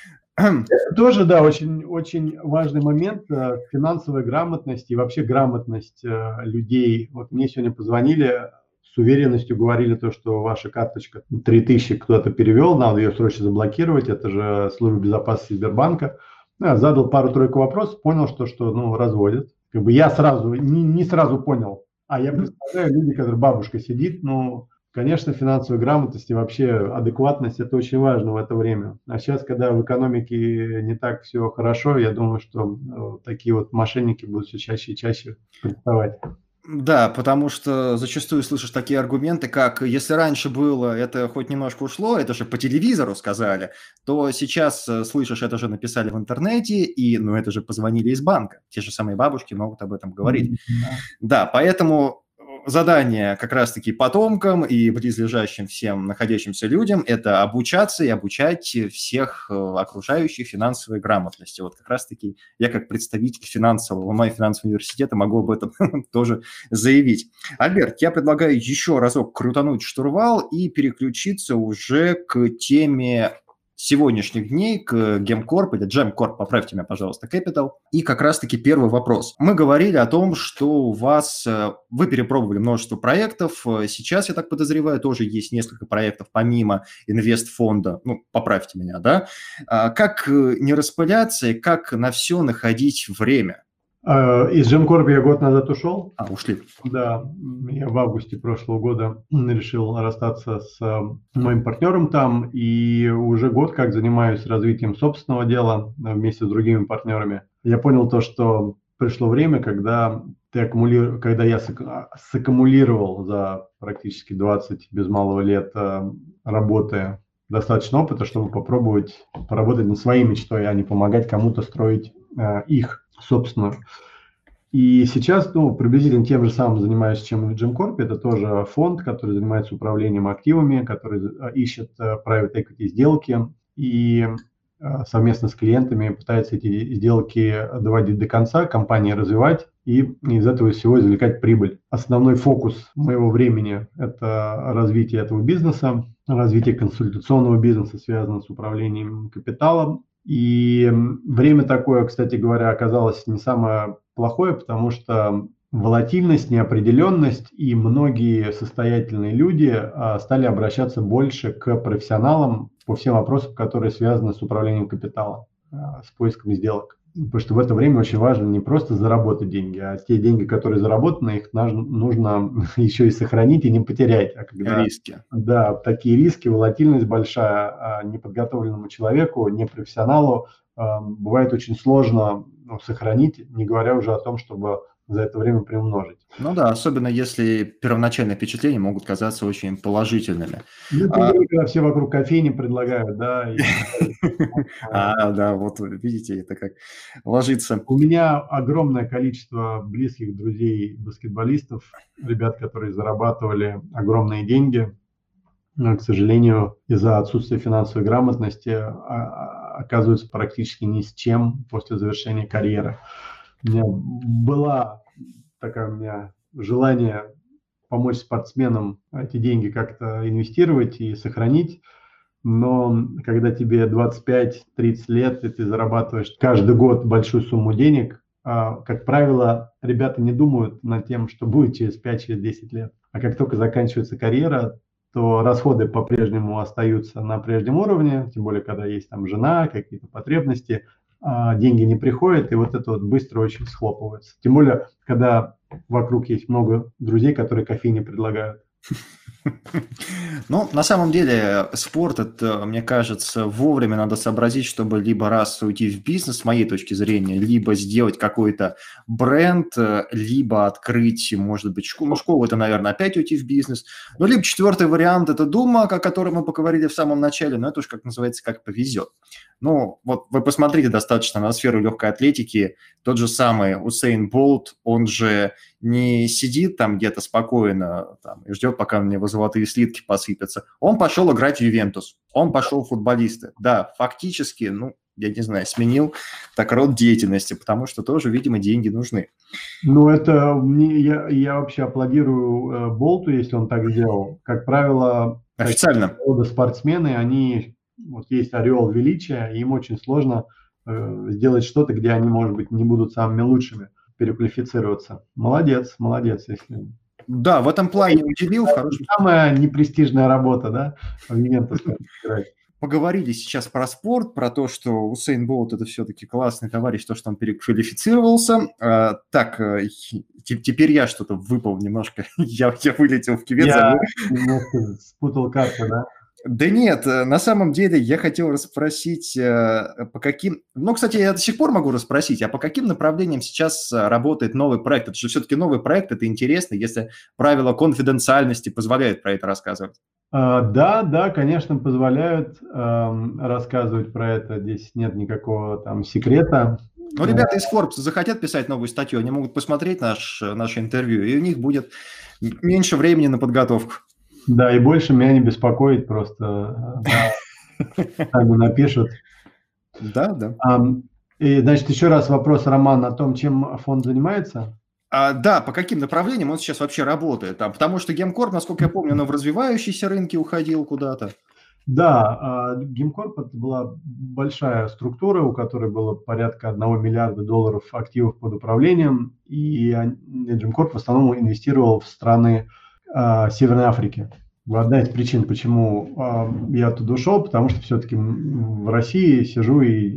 Это тоже, да, очень, очень важный момент э, финансовой грамотности и вообще грамотность э, людей. Вот мне сегодня позвонили, с уверенностью говорили то, что ваша карточка три тысячи кто-то перевел, надо ее срочно заблокировать, это же служба безопасности Сбербанка. Я задал пару-тройку вопросов, понял, что, что ну, разводят. Как бы я сразу, не, не сразу понял, а я представляю, люди, которые бабушка сидит, ну, конечно, финансовая грамотность и вообще адекватность – это очень важно в это время. А сейчас, когда в экономике не так все хорошо, я думаю, что ну, такие вот мошенники будут все чаще и чаще приставать. Да, потому что зачастую слышишь такие аргументы, как если раньше было, это хоть немножко ушло, это же по телевизору сказали, то сейчас слышишь, это же написали в интернете, и ну это же позвонили из банка. Те же самые бабушки могут об этом говорить. Mm-hmm. Да, поэтому задание как раз-таки потомкам и близлежащим всем находящимся людям – это обучаться и обучать всех окружающих финансовой грамотности. Вот как раз-таки я как представитель финансового, онлайн финансового университета могу об этом тоже заявить. Альберт, я предлагаю еще разок крутануть штурвал и переключиться уже к теме сегодняшних дней к Гемкорп или Джемкорп, поправьте меня, пожалуйста, Capital. И как раз-таки первый вопрос. Мы говорили о том, что у вас, вы перепробовали множество проектов. Сейчас, я так подозреваю, тоже есть несколько проектов помимо инвестфонда. Ну, поправьте меня, да? Как не распыляться и как на все находить время? Из Джемкорп я год назад ушел. А, ушли. Да, я в августе прошлого года решил расстаться с моим партнером там, и уже год как занимаюсь развитием собственного дела вместе с другими партнерами. Я понял то, что пришло время, когда ты аккумули... когда я саккумулировал за практически двадцать без малого лет работы достаточно опыта, чтобы попробовать поработать над своей мечтой, а не помогать кому-то строить их собственную. И сейчас, ну, приблизительно тем же самым занимаюсь, чем и в Джемкорпе. Это тоже фонд, который занимается управлением активами, который ищет private equity сделки и совместно с клиентами пытается эти сделки доводить до конца, компании развивать и из этого всего извлекать прибыль. Основной фокус моего времени – это развитие этого бизнеса, развитие консультационного бизнеса, связанного с управлением капиталом. И время такое, кстати говоря, оказалось не самое плохое, потому что волатильность, неопределенность и многие состоятельные люди стали обращаться больше к профессионалам по всем вопросам, которые связаны с управлением капитала, с поиском сделок. Потому что в это время очень важно не просто заработать деньги, а те деньги, которые заработаны, их нужно еще и сохранить и не потерять. А когда, риски. Да, такие риски, волатильность большая, неподготовленному человеку, непрофессионалу бывает очень сложно ну, сохранить, не говоря уже о том, чтобы за это время приумножить. Ну да, особенно если первоначальные впечатления могут казаться очень положительными. Ну, а... когда все вокруг кофейни предлагают, да. А, да, вот видите, это как ложится. У меня огромное количество близких друзей баскетболистов, ребят, которые зарабатывали огромные деньги, но, к сожалению, из-за отсутствия финансовой грамотности оказываются практически ни с чем после завершения карьеры. У меня была такая у меня желание помочь спортсменам эти деньги как-то инвестировать и сохранить, но когда тебе двадцать пять - тридцать лет, и ты зарабатываешь каждый год большую сумму денег, как правило, ребята не думают над тем, что будет через пять-десять лет. А как только заканчивается карьера, то расходы по-прежнему остаются на прежнем уровне, тем более, когда есть там жена, какие-то потребности, деньги не приходят, и вот это вот быстро очень схлопывается. Тем более, когда вокруг есть много друзей, которые кофейни предлагают. Ну, на самом деле, спорт, это, мне кажется, вовремя надо сообразить, чтобы либо раз уйти в бизнес, с моей точки зрения, либо сделать какой-то бренд, либо открыть, может быть, школу. Ну, школу это, наверное, опять уйти в бизнес. Ну, либо четвертый вариант – это Дума, о котором мы поговорили в самом начале, но это уж, как называется, как повезет. Ну, вот вы посмотрите достаточно на сферу легкой атлетики. Тот же самый Усейн Болт, он же не сидит там где-то спокойно там, и ждет, пока мне его золотые слитки посыпятся. Он пошел играть в Ювентус, он пошел в футболисты. Да, фактически, ну, я не знаю, сменил так род деятельности, потому что тоже, видимо, деньги нужны. Ну, это мне, я, я вообще аплодирую э, Болту, если он так сделал. Как правило, официально такие спортсмены, они... Вот есть ореол величия, и им очень сложно э, сделать что-то, где они, может быть, не будут самыми лучшими, переквалифицироваться. Молодец, молодец, если... Да, в этом плане удивил. В хорошем... Самая непрестижная работа, да, в Ювентус играть. Поговорили сейчас про спорт, про то, что Усейн Болт – это все-таки классный товарищ, то, что он переквалифицировался. А, так, теперь я что-то выпал немножко, я, я вылетел в кювет. Я немножко спутал карты, да? Да нет, на самом деле я хотел расспросить, по каким... Ну, кстати, я до сих пор могу расспросить, а по каким направлениям сейчас работает новый проект? Это же все-таки новый проект, это интересно, если правила конфиденциальности позволяют про это рассказывать. А, да, да, конечно, позволяют э, рассказывать про это. Здесь нет никакого там секрета. Ну, ребята из Forbes захотят писать новую статью, они могут посмотреть наш, наше интервью, и у них будет меньше времени на подготовку. Да, и больше меня не беспокоит, просто сами напишут. Да, да. И, значит, еще раз вопрос, Роман, о том, чем фонд занимается? А, да, по каким направлениям он сейчас вообще работает? А, потому что Гемкорп, насколько я помню, он в развивающиеся рынки уходил куда-то. Да, Гимкорп это была большая структура, у которой было порядка одного миллиарда долларов активов под управлением, и Гимкорп в основном инвестировал в страны а, Северной Африки. Одна из причин, почему а, я оттуда ушел, потому что все-таки в России сижу и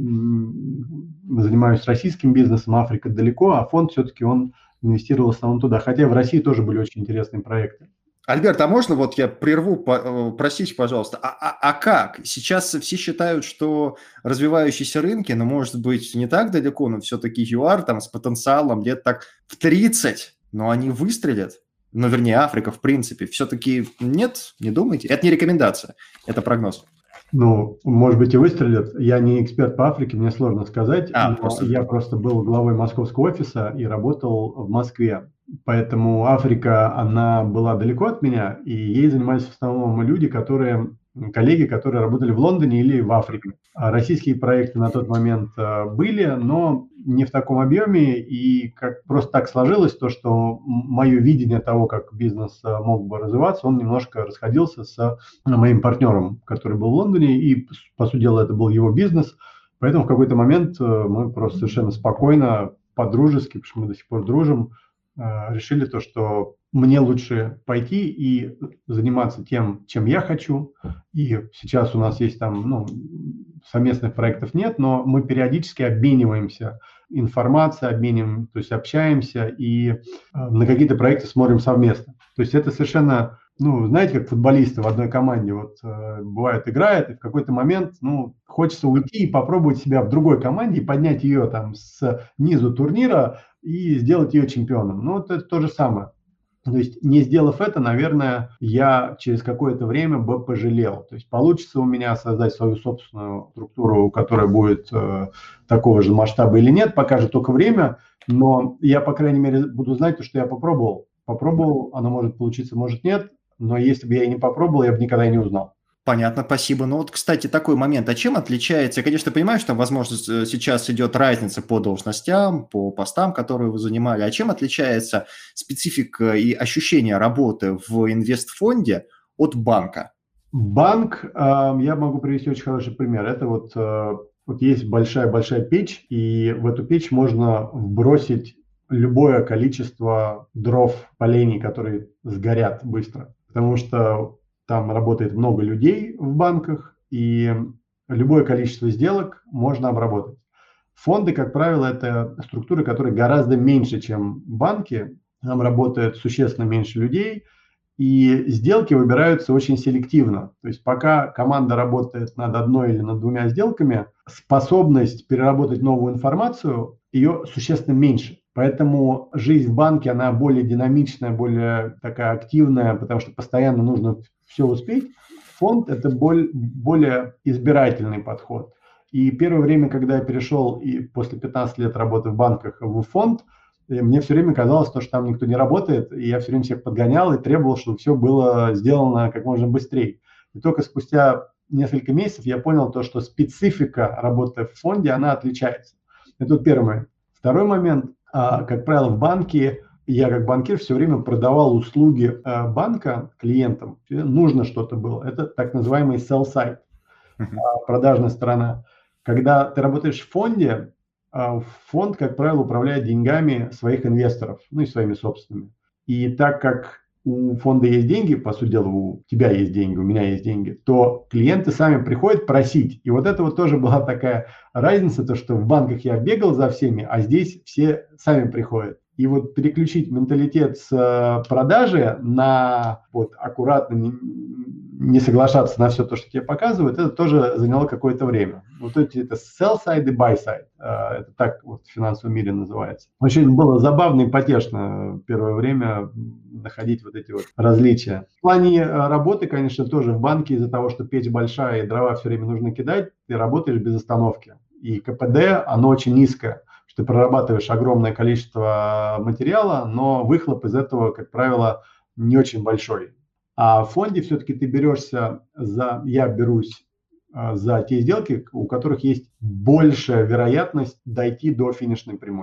занимаюсь российским бизнесом, Африка далеко, а фонд все-таки он инвестировал в основном туда. Хотя в России тоже были очень интересные проекты. Альберт, а можно вот я прерву, простите, пожалуйста, а, а, а как? Сейчас все считают, что развивающиеся рынки, ну, может быть, не так далеко, но все-таки ЮАР там с потенциалом лет так в тридцать, но они выстрелят. Ну, вернее, Африка, в принципе, все-таки нет, не думайте. Это не рекомендация, это прогноз. Ну, может быть, и выстрелят. Я не эксперт по Африке, мне сложно сказать. А, но просто... Я просто был главой московского офиса и работал в Москве. Поэтому Африка, она была далеко от меня, и ей занимались в основном люди, которые, коллеги, которые работали в Лондоне или в Африке. А российские проекты на тот момент были, но не в таком объеме, и как просто так сложилось, то, что мое видение того, как бизнес мог бы развиваться, он немножко расходился с моим партнером, который был в Лондоне, и, по сути дела, это был его бизнес. Поэтому в какой-то момент мы просто совершенно спокойно, по-дружески, потому что мы до сих пор дружим, решили то, что мне лучше пойти и заниматься тем, чем я хочу. И сейчас у нас есть там, ну, совместных проектов нет, но мы периодически обмениваемся информацией, обмениваем, то есть общаемся и на какие-то проекты смотрим совместно. То есть это совершенно, ну, знаете, как футболисты в одной команде, вот э, бывает играют, и в какой-то момент, ну, хочется уйти и попробовать себя в другой команде и поднять ее там с низу турнира и сделать ее чемпионом. Ну, вот это то же самое. То есть, не сделав это, наверное, я через какое-то время бы пожалел. То есть, получится у меня создать свою собственную структуру, которая будет э, такого же масштаба или нет, покажет только время. Но я, по крайней мере, буду знать, то, что я попробовал. Попробовал, оно может получиться, может нет. Но если бы я и не попробовал, я бы никогда и не узнал. Понятно, спасибо. Ну вот, кстати, такой момент. А чем отличается? Я, конечно, понимаю, что, возможно, сейчас идет разница по должностям, по постам, которые вы занимали. А чем отличается специфика и ощущение работы в инвестфонде от банка? Банк, э, я могу привести очень хороший пример. Это вот, э, вот есть большая-большая печь, и в эту печь можно вбросить любое количество дров, полений, которые сгорят быстро. Потому что там работает много людей в банках, и любое количество сделок можно обработать. Фонды, как правило, это структуры, которые гораздо меньше, чем банки. Там работает существенно меньше людей, и сделки выбираются очень селективно. То есть пока команда работает над одной или над двумя сделками, способность переработать новую информацию, ее существенно меньше. Поэтому жизнь в банке, она более динамичная, более такая активная, потому что постоянно нужно все успеть. Фонд – это более избирательный подход. И первое время, когда я перешел и после пятнадцати лет работы в банках в фонд, мне все время казалось, что там никто не работает, и я все время всех подгонял и требовал, чтобы все было сделано как можно быстрее. И только спустя несколько месяцев я понял то, что специфика работы в фонде, она отличается. Это вот первый момент. Второй момент, как правило, в банке я как банкир все время продавал услуги банка клиентам. Нужно что-то было. Это так называемый sell side, продажная сторона. Когда ты работаешь в фонде, фонд, как правило, управляет деньгами своих инвесторов, ну и своими собственными. И так как у фонда есть деньги, по сути дела, у тебя есть деньги, у меня есть деньги, то клиенты сами приходят просить. И вот это вот тоже была такая разница, то что в банках я бегал за всеми, а здесь все сами приходят. И вот переключить менталитет с продажи на вот аккуратно не, не соглашаться на все то, что тебе показывают, это тоже заняло какое-то время. Вот эти это sell side и buy side, это так вот в финансовом мире называется. Очень было забавно и потешно первое время находить вот эти вот различия. В плане работы, конечно, тоже в банке из-за того, что печь большая и дрова все время нужно кидать, ты работаешь без остановки. И КПД, оно очень низкое. Ты прорабатываешь огромное количество материала, но выхлоп из этого, как правило, не очень большой. А в фонде все-таки ты берешься за, я берусь за те сделки, у которых есть большая вероятность дойти до финишной прямой.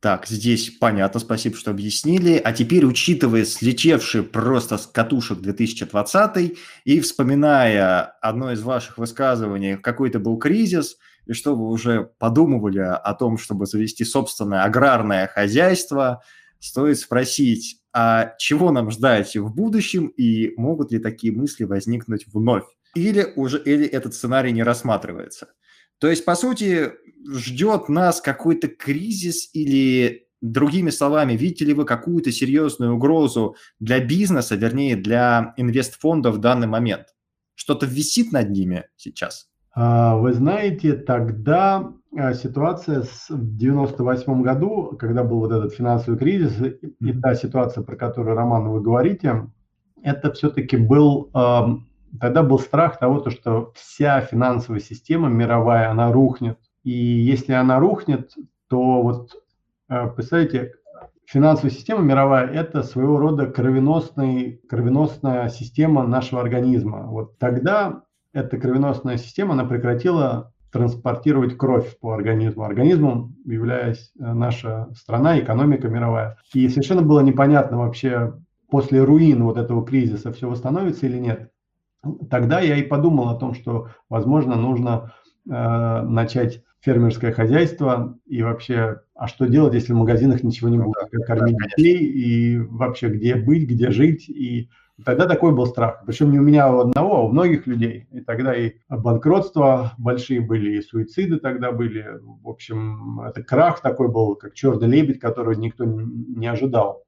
Так, здесь понятно, спасибо, что объяснили. А теперь, учитывая слетевший просто с катушек две тысячи двадцатый и вспоминая одно из ваших высказываний, какой-то был кризис, и что вы уже подумывали о том, чтобы завести собственное аграрное хозяйство, стоит спросить, а чего нам ждать в будущем и могут ли такие мысли возникнуть вновь? Или уже или этот сценарий не рассматривается? То есть, по сути, ждет нас какой-то кризис или, другими словами, видите ли вы какую-то серьезную угрозу для бизнеса, вернее, для инвестфондов в данный момент? Что-то висит над ними сейчас? Вы знаете, тогда ситуация с, в девяносто восьмом году, когда был вот этот финансовый кризис, и та ситуация, про которую, Роман, вы говорите, это все-таки был... Тогда был страх того, то, что вся финансовая система мировая, она рухнет. И если она рухнет, то вот, представляете, финансовая система мировая – это своего рода кровеносный, кровеносная система нашего организма. Вот тогда эта кровеносная система, она прекратила транспортировать кровь по организму. Организмом являясь наша страна, экономика мировая. И совершенно было непонятно вообще, после руин вот этого кризиса все восстановится или нет. Тогда я и подумал о том, что, возможно, нужно э, начать фермерское хозяйство и вообще, а что делать, если в магазинах ничего не будет, как кормить детей и вообще где быть, где жить. И тогда такой был страх. Причем не у меня одного, а у многих людей. И тогда и банкротства большие были, и суициды тогда были. В общем, это крах такой был, как черный лебедь, которого никто не ожидал.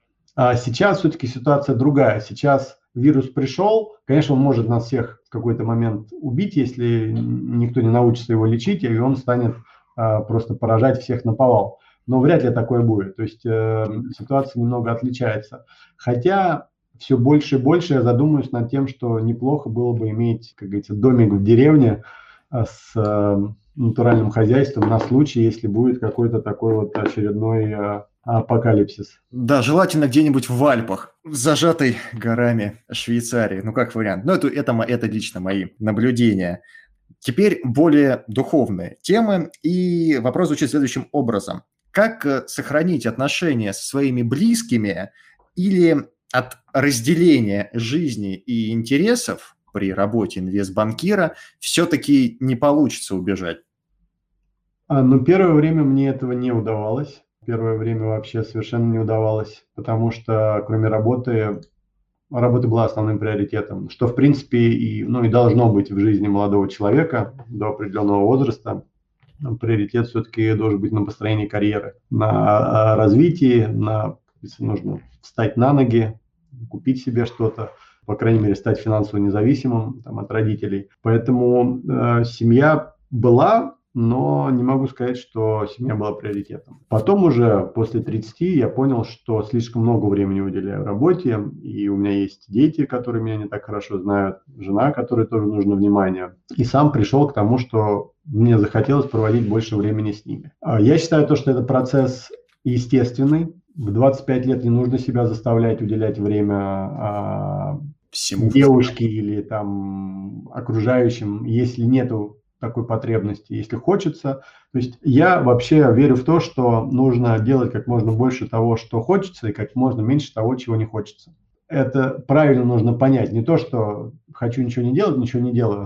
А сейчас все-таки ситуация другая. Сейчас вирус пришел, конечно, он может нас всех в какой-то момент убить, если никто не научится его лечить, и он станет а, просто поражать всех наповал. Но вряд ли такое будет. То есть э, ситуация немного отличается. Хотя все больше и больше я задумываюсь над тем, что неплохо было бы иметь, как говорится, домик в деревне а, с а, натуральным хозяйством на случай, если будет какой-то такой вот очередной а, апокалипсис. Да, желательно где-нибудь в Альпах, зажатой горами Швейцарии, ну как вариант. Но это, это, это лично мои наблюдения. Теперь более духовные темы, и вопрос звучит следующим образом. Как сохранить отношения со своими близкими или от разделения жизни и интересов при работе инвестбанкира все-таки не получится убежать? А, ну, первое время мне этого не удавалось. Первое время вообще совершенно не удавалось, потому что кроме работы, работа была основным приоритетом, что в принципе и, ну, и должно быть в жизни молодого человека до определенного возраста. Приоритет все-таки должен быть на построении карьеры, на развитии, на, если нужно встать на ноги, купить себе что-то, по крайней мере, стать финансово независимым там, от родителей. Поэтому э, семья была, но не могу сказать, что семья была приоритетом. Потом уже после тридцати я понял, что слишком много времени уделяю работе, и у меня есть дети, которые меня не так хорошо знают, жена, которой тоже нужно внимание. И сам пришел к тому, что мне захотелось проводить больше времени с ними. Я считаю, то, что это процесс естественный. В двадцать пять лет не нужно себя заставлять уделять время а, всему девушке или там окружающим, если нету такой потребности, если хочется. То есть я вообще верю в то, что нужно делать как можно больше того, что хочется, и как можно меньше того, чего не хочется. Это правильно нужно понять. Не то, что хочу ничего не делать, ничего не делаю.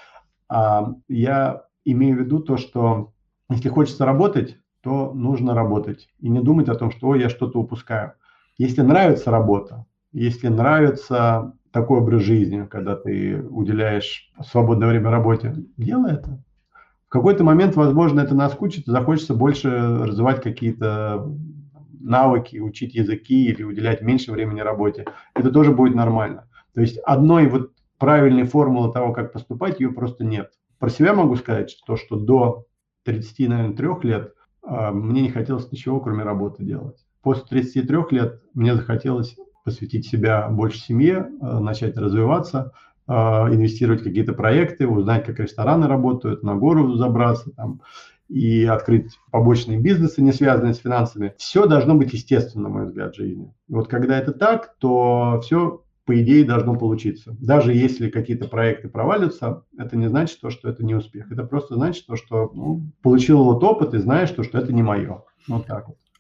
А я имею в виду то, что если хочется работать, то нужно работать. И не думать о том, что ой, я что-то упускаю. Если нравится работа, если нравится такой образ жизни, когда ты уделяешь свободное время работе, делай это. В какой-то момент, возможно, это наскучит, захочется больше развивать какие-то навыки, учить языки или уделять меньше времени работе. Это тоже будет нормально. То есть одной вот правильной формулы того, как поступать, ее просто нет. Про себя могу сказать, что, что до тридцати, наверное, трёх лет э, мне не хотелось ничего, кроме работы делать. После тридцати трёх лет мне захотелось посвятить себя больше семье, э, начать развиваться, э, инвестировать в какие-то проекты, узнать, как рестораны работают, на гору забраться там, и открыть побочные бизнесы, не связанные с финансами. Все должно быть естественно, на мой взгляд, в жизни. И вот когда это так, то все, по идее, должно получиться. Даже если какие-то проекты провалятся, это не значит, то, что это не успех. Это просто значит, то, что ну, получил вот опыт и знаешь, то, что это не мое. Вот так вот.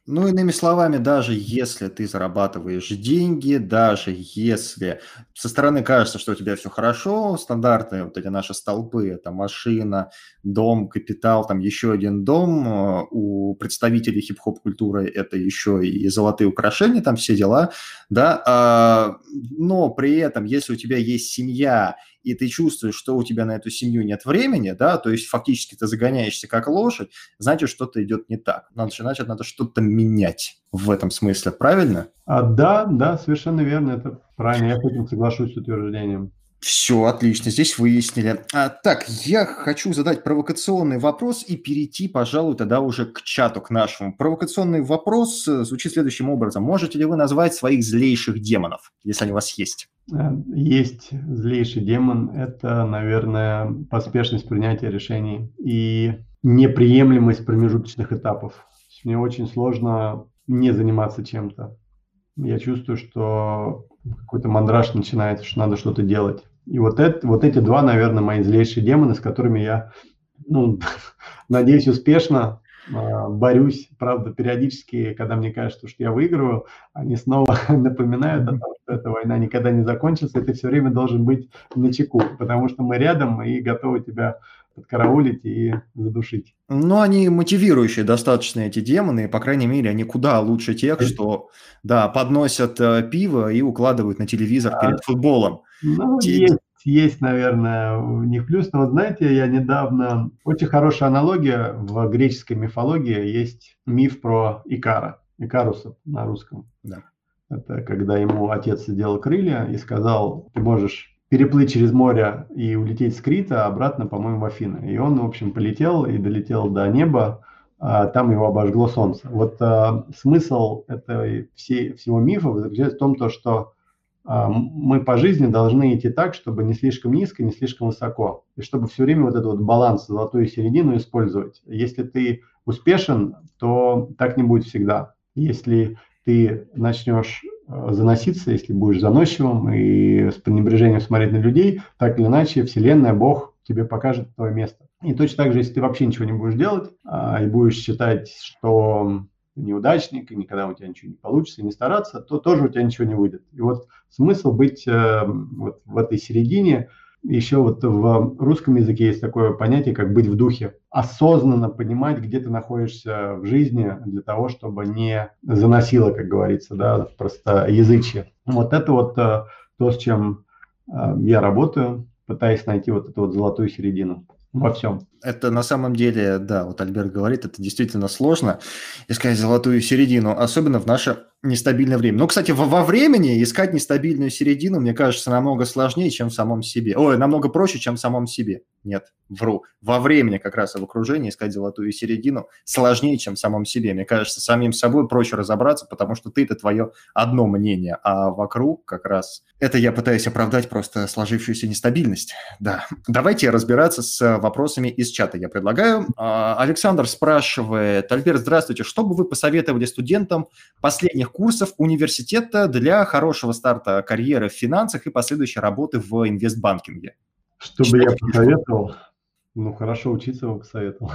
Ну, иными словами, даже если ты зарабатываешь деньги, даже если со стороны кажется, что у тебя все хорошо, стандартные вот эти наши столпы, это машина, дом, капитал, там еще один дом, э, у представителей хип-хоп культуры это еще и золотые украшения, там все дела, да, а, но при этом, если у тебя есть семья, и ты чувствуешь, что у тебя на эту семью нет времени, да, то есть фактически ты загоняешься как лошадь, значит, что-то идет не так. Надо, значит, надо что-то менять в этом смысле, правильно? А, да, да, совершенно верно, это правильно, я с этим соглашусь с утверждением. Все, отлично, здесь выяснили. А, так, я хочу задать провокационный вопрос и перейти, пожалуй, тогда уже к чату, к нашему. Провокационный вопрос э, звучит следующим образом. Можете ли вы назвать своих злейших демонов, если они у вас есть? Э, Есть злейший демон, это, наверное, поспешность принятия решений и неприемлемость промежуточных этапов. Мне очень сложно не заниматься чем-то. Я чувствую, что какой-то мандраж начинается, что надо что-то делать. И вот, это, вот эти два, наверное, мои злейшие демоны, с которыми я, ну, надеюсь, успешно а, борюсь. Правда, периодически, когда мне кажется, что я выигрываю, они снова напоминают о том, что эта война никогда не закончится, и ты все время должен быть начеку, потому что мы рядом и готовы тебя подкараулить и задушить. Ну, они мотивирующие достаточно, эти демоны, и, по крайней мере, они куда лучше тех, что, да, подносят э, пиво и укладывают на телевизор А, перед футболом. Ну, Те- есть, есть, наверное, у них плюс. Но вот знаете, я недавно... Очень хорошая аналогия в греческой мифологии. Есть миф про Икара, Икаруса на русском. Да. Это когда ему отец сделал крылья и сказал, ты можешь переплыть через море и улететь с Крита обратно, по-моему, в Афины. И он, в общем, полетел и долетел до неба, а там его обожгло солнце. Вот а, смысл этой, всей, всего мифа заключается в том, то, что а, мы по жизни должны идти так, чтобы не слишком низко, не слишком высоко. И чтобы все время вот этот вот баланс, золотую середину использовать. Если ты успешен, то так не будет всегда. Если ты начнешь э, заноситься, если будешь заносчивым и с пренебрежением смотреть на людей, так или иначе Вселенная, Бог тебе покажет твое место. И точно так же, если ты вообще ничего не будешь делать а, и будешь считать, что неудачник, и никогда у тебя ничего не получится, и не стараться, то тоже у тебя ничего не выйдет. И вот смысл быть э, вот в этой середине. Еще вот в русском языке есть такое понятие, как быть в духе. Осознанно понимать, где ты находишься в жизни, для того, чтобы не заносило, как говорится, да, просто язычье. Вот это вот э, то, с чем э, я работаю, пытаясь найти вот эту вот золотую середину во всем. Это на самом деле, да, вот Альберт говорит, это действительно сложно искать золотую середину, особенно в наше нестабильное время. Ну, кстати, во, во времени искать нестабильную середину, мне кажется, намного сложнее, чем в самом себе. Ой, намного проще, чем в самом себе. Нет, вру. Во времени как раз и в окружении искать золотую середину сложнее, чем в самом себе. Мне кажется, самим собой проще разобраться, потому что ты – это твое одно мнение, а вокруг как раз… Это я пытаюсь оправдать просто сложившуюся нестабильность. Да. Давайте разбираться с вопросами из чата, я предлагаю. Александр спрашивает: Альберт, здравствуйте, что бы вы посоветовали студентам последних курсов университета для хорошего старта карьеры в финансах и последующей работы в инвестбанкинге? Что бы я Читайте книжку. посоветовал? Ну, хорошо учиться бы посоветовал.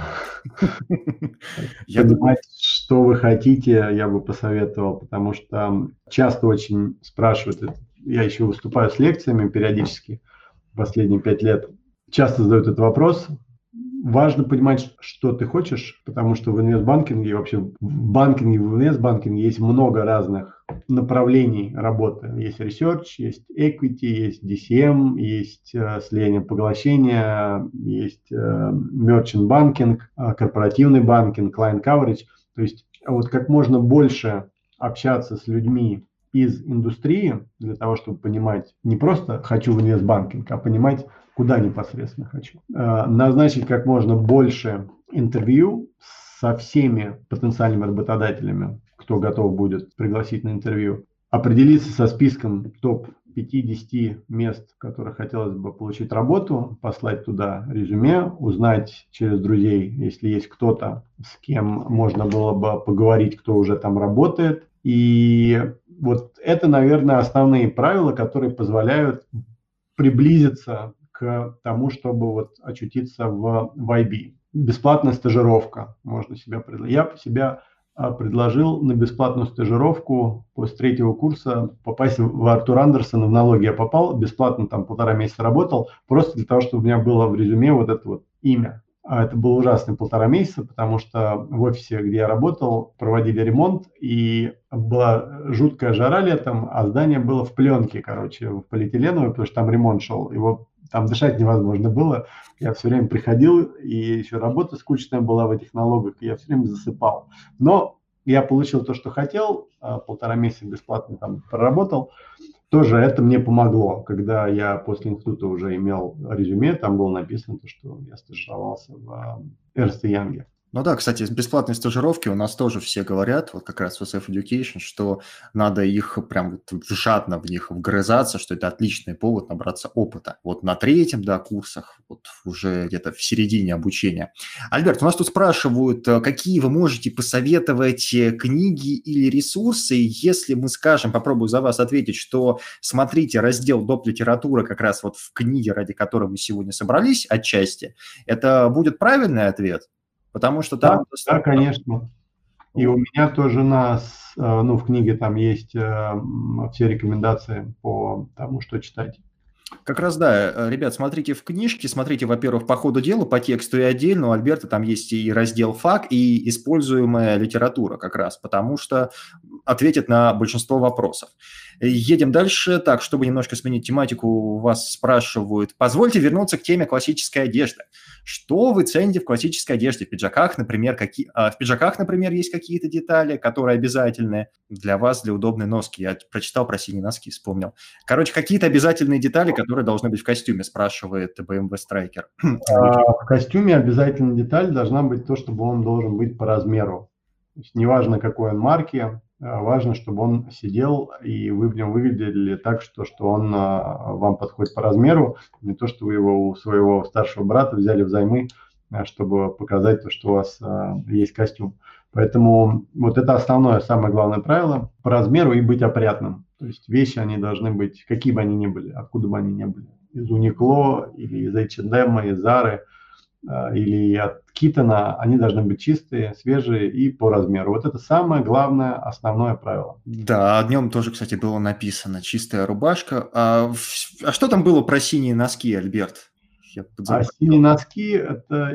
Я думаю, Понимать, что вы хотите, я бы посоветовал, потому что часто очень спрашивают, я еще выступаю с лекциями периодически, последние пять лет, часто задают этот вопрос. Важно понимать, что ты хочешь, потому что в инвестбанкинге, и вообще в банкинге, в инвестбанкинге есть много разных направлений работы. Есть research, есть equity, есть ди си эм, есть э, слияние поглощения, есть э, merchant banking, э, корпоративный банкинг, client coverage. То есть вот как можно больше общаться с людьми из индустрии для того, чтобы понимать, не просто хочу в инвестбанкинг, а понимать, куда непосредственно хочу. Назначить как можно больше интервью со всеми потенциальными работодателями, кто готов будет пригласить на интервью. Определиться со списком топ пятьдесят мест, в которых хотелось бы получить работу, послать туда резюме, узнать через друзей, если есть кто-то, с кем можно было бы поговорить, кто уже там работает. И вот это, наверное, основные правила, которые позволяют приблизиться к тому, чтобы вот очутиться в, в ай би. Бесплатная стажировка можно себя предложить. Я себя а, предложил на бесплатную стажировку после третьего курса попасть в Артур Андерсон. В налоги я попал, бесплатно там полтора месяца работал, просто для того, чтобы у меня было в резюме вот это вот имя. А это было ужасные полтора месяца, потому что в офисе, где я работал, проводили ремонт, и была жуткая жара летом, а здание было в пленке, короче, в полиэтиленовой, потому что там ремонт шел. Его там дышать невозможно было. Я все время приходил, и еще работа скучная была в этих налогах, и я все время засыпал. Но я получил то, что хотел, полтора месяца бесплатно там проработал. Тоже это мне помогло, когда я после института уже имел резюме, там было написано, что я стажировался в Эрнст энд Янге. Ну да, кстати, с бесплатной стажировки у нас тоже все говорят, вот как раз в эс эф Education, что надо их прям вот жадно в них вгрызаться, что это отличный повод набраться опыта. Вот на третьем, да, курсах, вот уже где-то в середине обучения. Альберт, у нас тут спрашивают, какие вы можете посоветовать книги или ресурсы, если мы скажем, попробую за вас ответить, что смотрите раздел доп. Литература как раз вот в книге, ради которой мы сегодня собрались отчасти, это будет правильный ответ? Потому что там... Да, да, конечно. И у меня тоже на, ну, в книге там есть все рекомендации по тому, что читать. Как раз, да, ребят, смотрите в книжке, смотрите, во-первых, по ходу дела, по тексту и отдельно, у Альберта там есть и раздел «Фак», и используемая литература как раз, потому что ответит на большинство вопросов. Едем дальше. Так, чтобы немножко сменить тематику, вас спрашивают, позвольте вернуться к теме классической одежды. Что вы цените в классической одежде? В пиджаках, например, какие... в пиджаках, например, есть какие-то детали, которые обязательны для вас, для удобной носки. Я прочитал про синие носки, вспомнил. Короче, какие-то обязательные детали, которые должны быть в костюме, спрашивает бэ эм вэ Striker. В костюме обязательная деталь должна быть то, чтобы он должен быть по размеру. То есть неважно, какой он марки, важно, чтобы он сидел, и вы в нем выглядели так, что, что он вам подходит по размеру, не то, что вы его у своего старшего брата взяли взаймы, чтобы показать то, что у вас есть костюм. Поэтому вот это основное, самое главное правило – по размеру и быть опрятным. То есть вещи, они должны быть, какие бы они ни были, откуда бы они ни были. Из Uniqlo или из эйч энд эм, из Zara или от Китона, они должны быть чистые, свежие и по размеру. Вот это самое главное, основное правило. Да, о нем тоже, кстати, было написано. Чистая рубашка. А, а что там было про синие носки, Альберт? Я а синие носки, это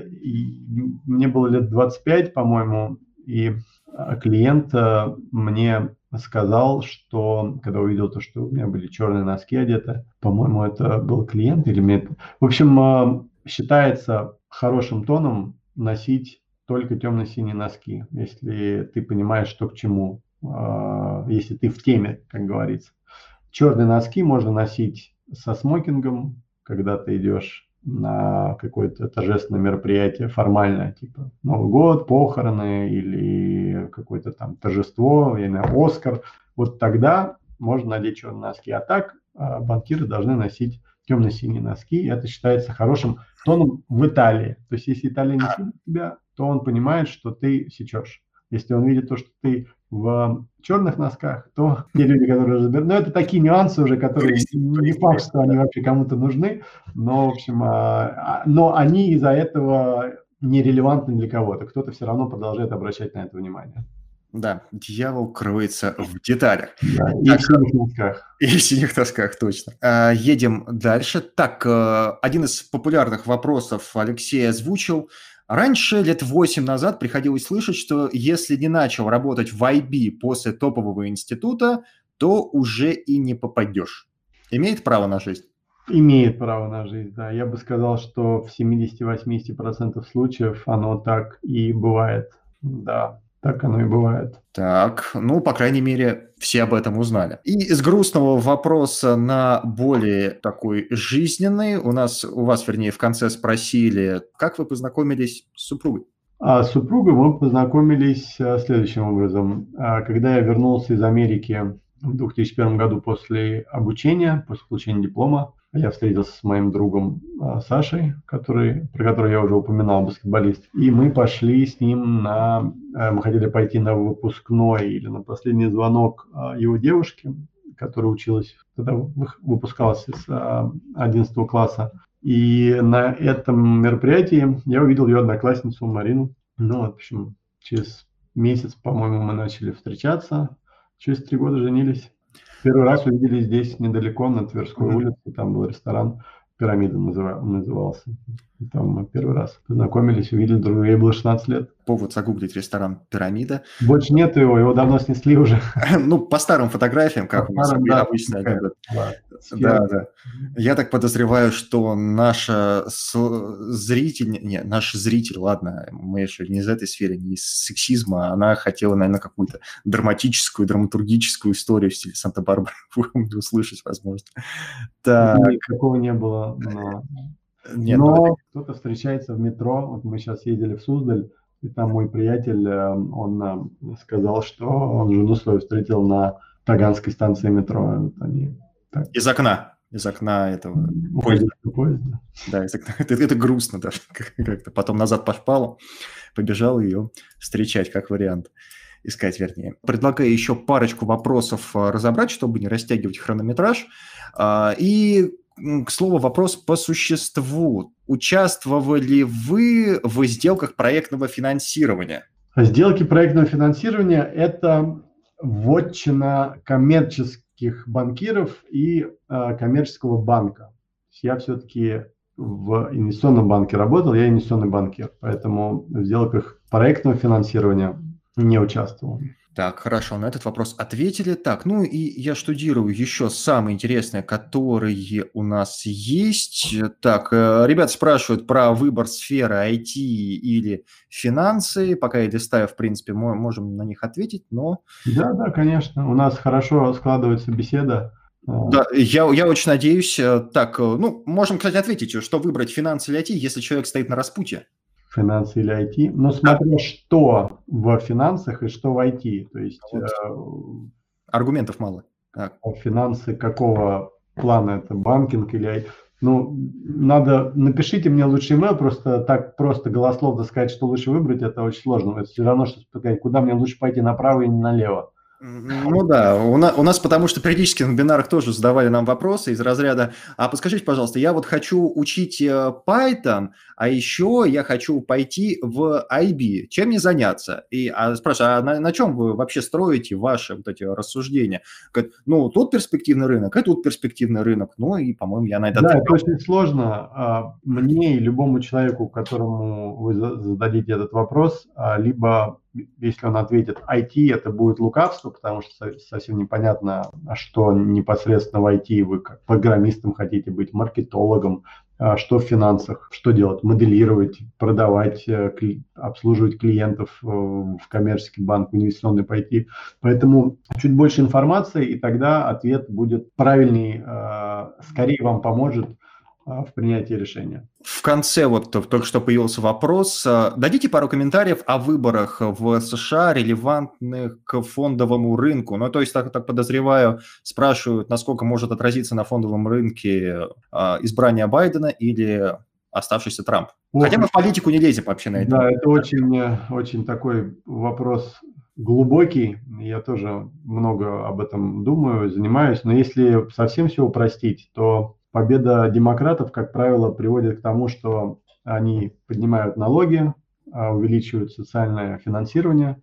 мне было лет двадцать пять, по-моему, и клиент мне сказал, что когда увидел то, что у меня были черные носки одеты, по-моему, это был клиент или мне... В общем, считается хорошим тоном носить только темно-синие носки, если ты понимаешь, что к чему, если ты в теме, как говорится. Черные носки можно носить со смокингом, когда ты идешь на какое-то торжественное мероприятие, формальное, типа Новый год, похороны или какое-то там торжество, я не знаю, Оскар. Вот тогда можно надеть черные носки. А так банкиры должны носить темно-синие носки, и это считается хорошим тоном в Италии. То есть, если итальянец видит тебя, то он понимает, что ты сечешь. Если он видит то, что ты в черных носках, то те люди, которые разбирают... Но это такие нюансы уже, которые не факт, что они вообще кому-то нужны, но, в общем, но они из-за этого нерелевантны для кого-то. Кто-то все равно продолжает обращать на это внимание. Да, дьявол кроется в деталях. Да, и так, в синих носках. И в синих носках, точно. А, едем дальше. Так, один из популярных вопросов Алексей озвучил. Раньше, лет восемь назад, приходилось слышать, что если не начал работать в ай би после топового института, то уже и не попадешь. Имеет право на жизнь? Имеет право на жизнь, да. Я бы сказал, что в семьдесят-восемьдесят процентов случаев оно так и бывает, да. Так оно и бывает. Так, ну, по крайней мере, все об этом узнали. И из грустного вопроса на более такой жизненный. У нас, у вас, вернее, в конце спросили, как вы познакомились с супругой? А с супругой мы познакомились следующим образом. Когда я вернулся из Америки в две тысячи первом году после обучения, после получения диплома, я встретился с моим другом Сашей, который, про которого я уже упоминал, баскетболист. И мы пошли с ним на... Мы хотели пойти на выпускной или на последний звонок его девушки, которая училась, тогда выпускалась из одиннадцатого класса. И на этом мероприятии я увидел ее одноклассницу Марину. Ну, в общем, через месяц, по-моему, мы начали встречаться. Через три года женились. Первый раз увидели здесь, недалеко, на Тверской Мгм. улице. Там был ресторан «Пирамида» называ- назывался. Там мы первый раз познакомились, увидели друг друга. Ей было шестнадцать лет. Повод загуглить ресторан «Пирамида». Больше нету его, его давно снесли уже. Ну, по старым фотографиям, как По у нас старым, обы- да, обычно такая любят. была Да, сфера. да. Я так подозреваю, что наша с- зритель, не, наш зритель, ладно, мы еще не из этой сферы, не из сексизма, она хотела, наверное, какую-то драматическую, драматургическую историю в стиле Санта-Барбара услышать, возможно. Так, Нет, такого не было. Но, нет, ну, но кто-то встречается в метро. Вот мы сейчас ездили в Суздаль, и там мой приятель, э, он э, сказал, что он жену свою встретил на Таганской станции метро. Вот они так из окна, из окна этого поезда. уходили в поезд. да. Да, из окна. Это, это грустно даже как-то. Потом назад по шпалу побежал ее встречать, как вариант. Искать, вернее. Предлагаю еще парочку вопросов а, разобрать, чтобы не растягивать хронометраж. А, И, м, к слову, вопрос по существу. Участвовали вы в сделках проектного финансирования? Сделки проектного финансирования – это вотчина коммерческих банкиров и э, коммерческого банка. То есть я все-таки в инвестиционном банке работал, я инвестиционный банкир, поэтому в сделках проектного финансирования не участвовал. Так, хорошо, на этот вопрос ответили. Так, ну и я штудирую еще самые интересные, которые у нас есть. Так, э, ребят спрашивают про выбор сферы ай ти или финансы. Пока я листаю, в принципе, мы можем на них ответить, но... Да, да, конечно. У нас хорошо складывается беседа. Да, я, я очень надеюсь. э, Так, э, ну, можем, кстати, ответить, что выбрать финансы или ай ти, если человек стоит на распутье. Финансы или ай ти. Но смотря что в финансах и что в ай ти. То есть Вот. э, Аргументов мало. Так. финансы какого плана, это банкинг или ай ти. Ну, надо, напишите мне лучше email, просто так просто голословно сказать, что лучше выбрать, это очень сложно. Это все равно, что сказать, куда мне лучше пойти, направо или налево. Ну да, у нас, у нас потому что периодически на вебинарах тоже задавали нам вопросы из разряда, а подскажите, пожалуйста, я вот хочу учить э, Python, а еще я хочу пойти в ай би, чем мне заняться? И а, спрашиваю, а на, на чем вы вообще строите ваши вот эти рассуждения? Говорят, ну, тут перспективный рынок, и тут перспективный рынок, ну и, по-моему, я на это Да, ответил. это очень сложно. А, Мне и любому человеку, которому вы за- зададите этот вопрос, а, либо, если он ответит ай ти, это будет лукавство, потому что со- совсем непонятно, а что непосредственно в ай ти вы как программистом хотите быть, маркетологом, а, что в финансах, что делать, моделировать, продавать, э, кли- обслуживать клиентов э, в коммерческий банк, в инвестиционный пойти. Поэтому чуть больше информации, и тогда ответ будет правильный, э, скорее вам поможет э, в принятии решения. В конце вот т- только что появился вопрос. А, Дадите пару комментариев о выборах в США, релевантных к фондовому рынку. Ну, то есть, так, так подозреваю, спрашивают, насколько может отразиться на фондовом рынке а, избрание Байдена или оставшийся Трамп. Ох, Хотя мы в политику не лезем вообще на это. Да, это очень, э, очень такой вопрос глубокий. Я тоже много об этом думаю, занимаюсь. Но если совсем все упростить, то победа демократов, как правило, приводит к тому, что они поднимают налоги, а, увеличивают социальное финансирование,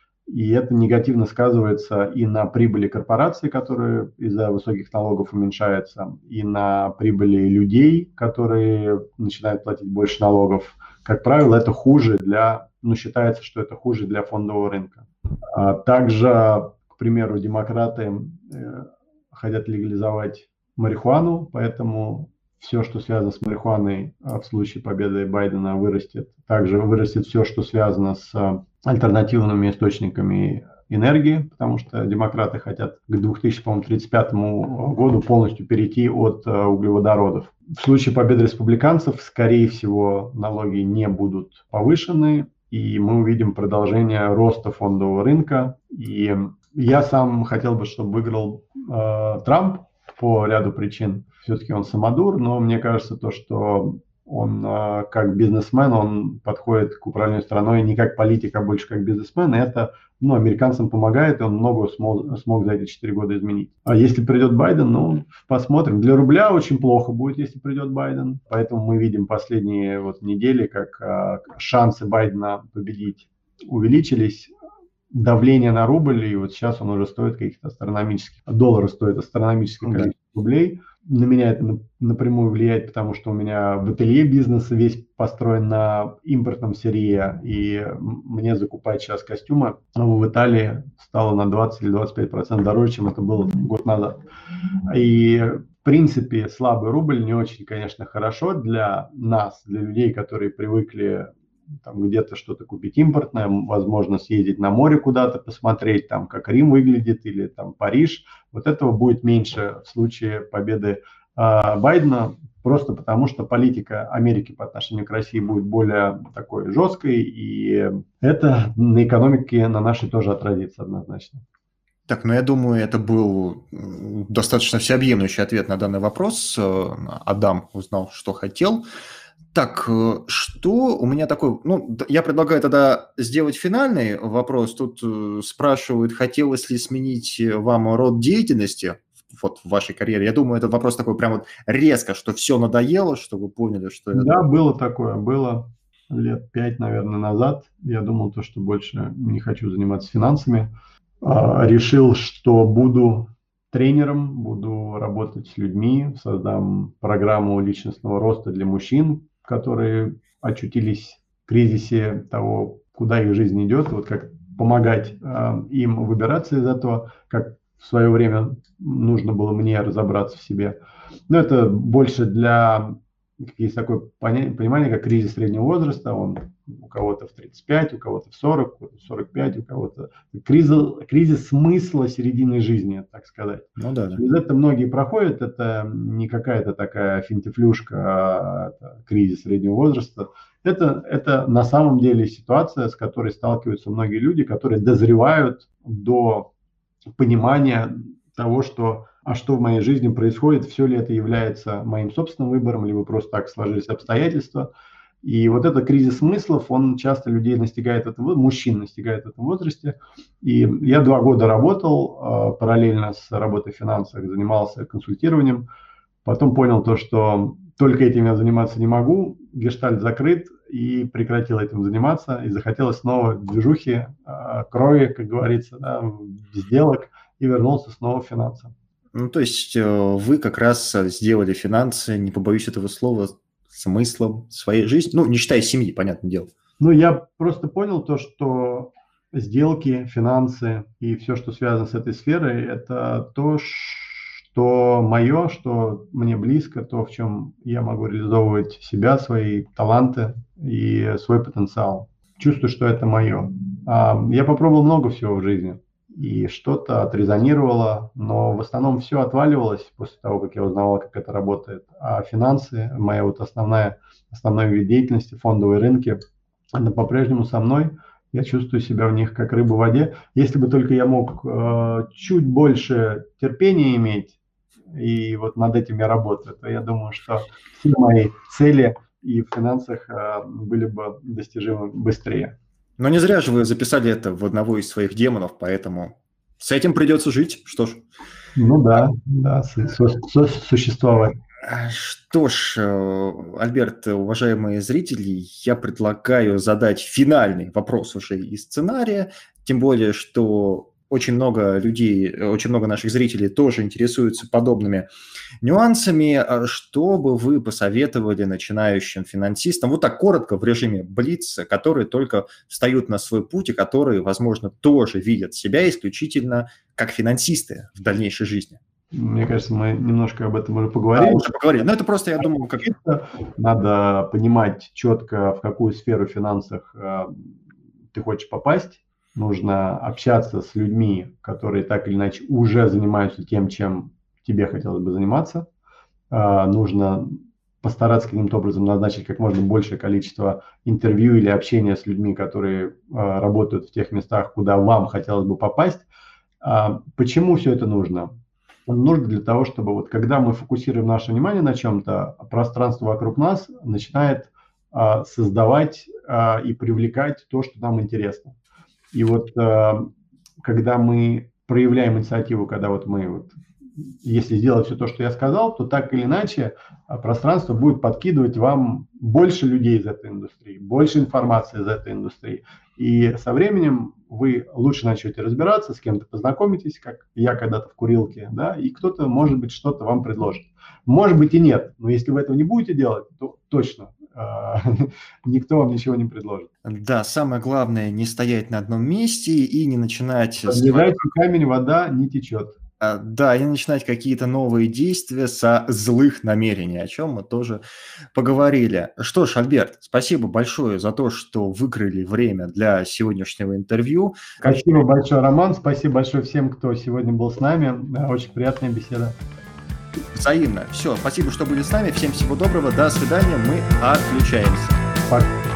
и это негативно сказывается и на прибыли корпораций, которые из-за высоких налогов уменьшаются, и на прибыли людей, которые начинают платить больше налогов. Как правило, это хуже для, ну, считается, что это хуже для фондового рынка. А также, к примеру, демократы э, хотят легализовать марихуану, поэтому все, что связано с марихуаной, а в случае победы Байдена вырастет. Также вырастет все, что связано с а, альтернативными источниками энергии, потому что демократы хотят к две тысячи тридцать пятому году полностью перейти от а, углеводородов. В случае победы республиканцев, скорее всего, налоги не будут повышены, и мы увидим продолжение роста фондового рынка. И я сам хотел бы, чтобы выиграл э, Трамп по ряду причин. Все-таки он самодур, но мне кажется, то, что он э, как бизнесмен, он подходит к управлению страной не как политик, а больше как бизнесмен, и это, ну, американцам помогает, и он много смог, смог за эти четыре года изменить. А если придет Байден, ну, посмотрим. Для рубля очень плохо будет, если придет Байден, поэтому мы видим последние вот недели, как э, шансы Байдена победить увеличились. давление на рубль, и вот сейчас он уже стоит каких-то астрономических, доллар стоит астрономическое Ну да. количество рублей. На меня это напрямую влияет, потому что у меня в ателье бизнес весь построен на импортном сырье, и мне закупать сейчас костюмы в Италии стало на двадцать или двадцать пять процентов дороже, чем это было год назад. И в принципе слабый рубль не очень, конечно, хорошо для нас, для людей, которые привыкли там где-то что-то купить импортное, возможно, съездить на море куда-то, посмотреть, там, как Рим выглядит, или там Париж. Вот этого будет меньше в случае победы э, Байдена, просто потому что политика Америки по отношению к России будет более такой жесткой, и это на экономике на нашей тоже отразится однозначно. Так, ну я думаю, это был достаточно всеобъемлющий ответ на данный вопрос. Адам узнал, что хотел. Так, что у меня такой... Ну, я предлагаю тогда сделать финальный вопрос. Тут спрашивают, хотелось ли сменить вам род деятельности вот в вашей карьере. Я думаю, этот вопрос такой прям вот резко, что все надоело, что вы поняли, что... Да, это... было такое. Было лет пять, наверное, назад. Я думал, то, что больше не хочу заниматься финансами. Решил, что буду тренером, буду работать с людьми, создам программу личностного роста для мужчин, которые очутились в кризисе того, куда их жизнь идет, вот как помогать э, им выбираться из этого, как в свое время нужно было мне разобраться в себе. Но это больше для, есть такое понимание, как кризис среднего возраста, он у кого-то в тридцать пять, у кого-то в сорок, у кого-то в сорок пять, у кого-то кризис, кризис смысла середины жизни, так сказать. Ну да, да. Через это многие проходят, это не какая-то такая финтифлюшка, а это кризис среднего возраста. Это, это на самом деле ситуация, с которой сталкиваются многие люди, которые дозревают до понимания того, что а что в моей жизни происходит, все ли это является моим собственным выбором, либо просто так сложились обстоятельства. И вот этот кризис смыслов, он часто людей настигает, в этом, мужчин настигает в этом возрасте. И я два года работал параллельно с работой в финансах, занимался консультированием. Потом понял то, что только этим я заниматься не могу, гештальт закрыт, и прекратил этим заниматься. И захотелось снова движухи, крови, как говорится, да, сделок, и вернулся снова в финансы. Ну, то есть вы как раз сделали финансы, не побоюсь этого слова, смыслом своей жизни, ну, не считая семьи, понятное дело. Ну, я просто понял то, что сделки, финансы и все, что связано с этой сферой, это то, что мое, что мне близко, то, в чем я могу реализовывать себя, свои таланты и свой потенциал. Чувствую, что это мое. Я попробовал много всего в жизни, и что-то отрезонировало, но в основном все отваливалось после того, как я узнал, как это работает. А финансы, моя вот основная, основной вид деятельности, фондовые рынки, она по-прежнему со мной. Я чувствую себя в них как рыба в воде. Если бы только я мог э, чуть больше терпения иметь, и вот над этим я работаю, то я думаю, что все мои цели и в финансах э, были бы достижимы быстрее. Но не зря же вы записали это в одного из своих демонов, поэтому с этим придется жить. Что ж. Ну да, да, существовать. Что ж, Альберт, уважаемые зрители, я предлагаю задать финальный вопрос уже из сценария, тем более, что очень много людей, очень много наших зрителей тоже интересуются подобными нюансами. Что бы вы посоветовали начинающим финансистам, вот так коротко, в режиме блица, которые только встают на свой путь и которые, возможно, тоже видят себя исключительно как финансисты в дальнейшей жизни? Мне кажется, мы немножко об этом уже поговорили. Да, уже поговорили. Но это просто, я думаю, как... Надо понимать четко, в какую сферу финансов э, ты хочешь попасть. Нужно общаться с людьми, которые так или иначе уже занимаются тем, чем тебе хотелось бы заниматься. Э, нужно постараться каким-то образом назначить как можно большее количество интервью или общения с людьми, которые э, работают в тех местах, куда вам хотелось бы попасть. Э, почему все это нужно? Нужно для того, чтобы вот когда мы фокусируем наше внимание на чем-то, пространство вокруг нас начинает а, создавать а, и привлекать то, что нам интересно. И вот а, когда мы проявляем инициативу, когда вот мы, вот, если сделать все то, что я сказал, то так или иначе а, пространство будет подкидывать вам больше людей из этой индустрии, больше информации из этой индустрии. И со временем вы лучше начнете разбираться, с кем-то познакомитесь, как я когда-то в курилке, да, и кто-то, может быть, что-то вам предложит. Может быть и нет, но если вы этого не будете делать, то точно никто вам ничего не предложит. Да, самое главное не стоять на одном месте и не начинать... Подъезжайте, камень, вода не течет. Да, и начинать какие-то новые действия со злых намерений, о чем мы тоже поговорили. Что ж, Альберт, спасибо большое за то, что выкрыли время для сегодняшнего интервью. Спасибо большое, Роман. Спасибо большое всем, кто сегодня был с нами. Очень приятная беседа. Взаимно. Все, спасибо, что были с нами. Всем всего доброго. До свидания. Мы отключаемся. Пока.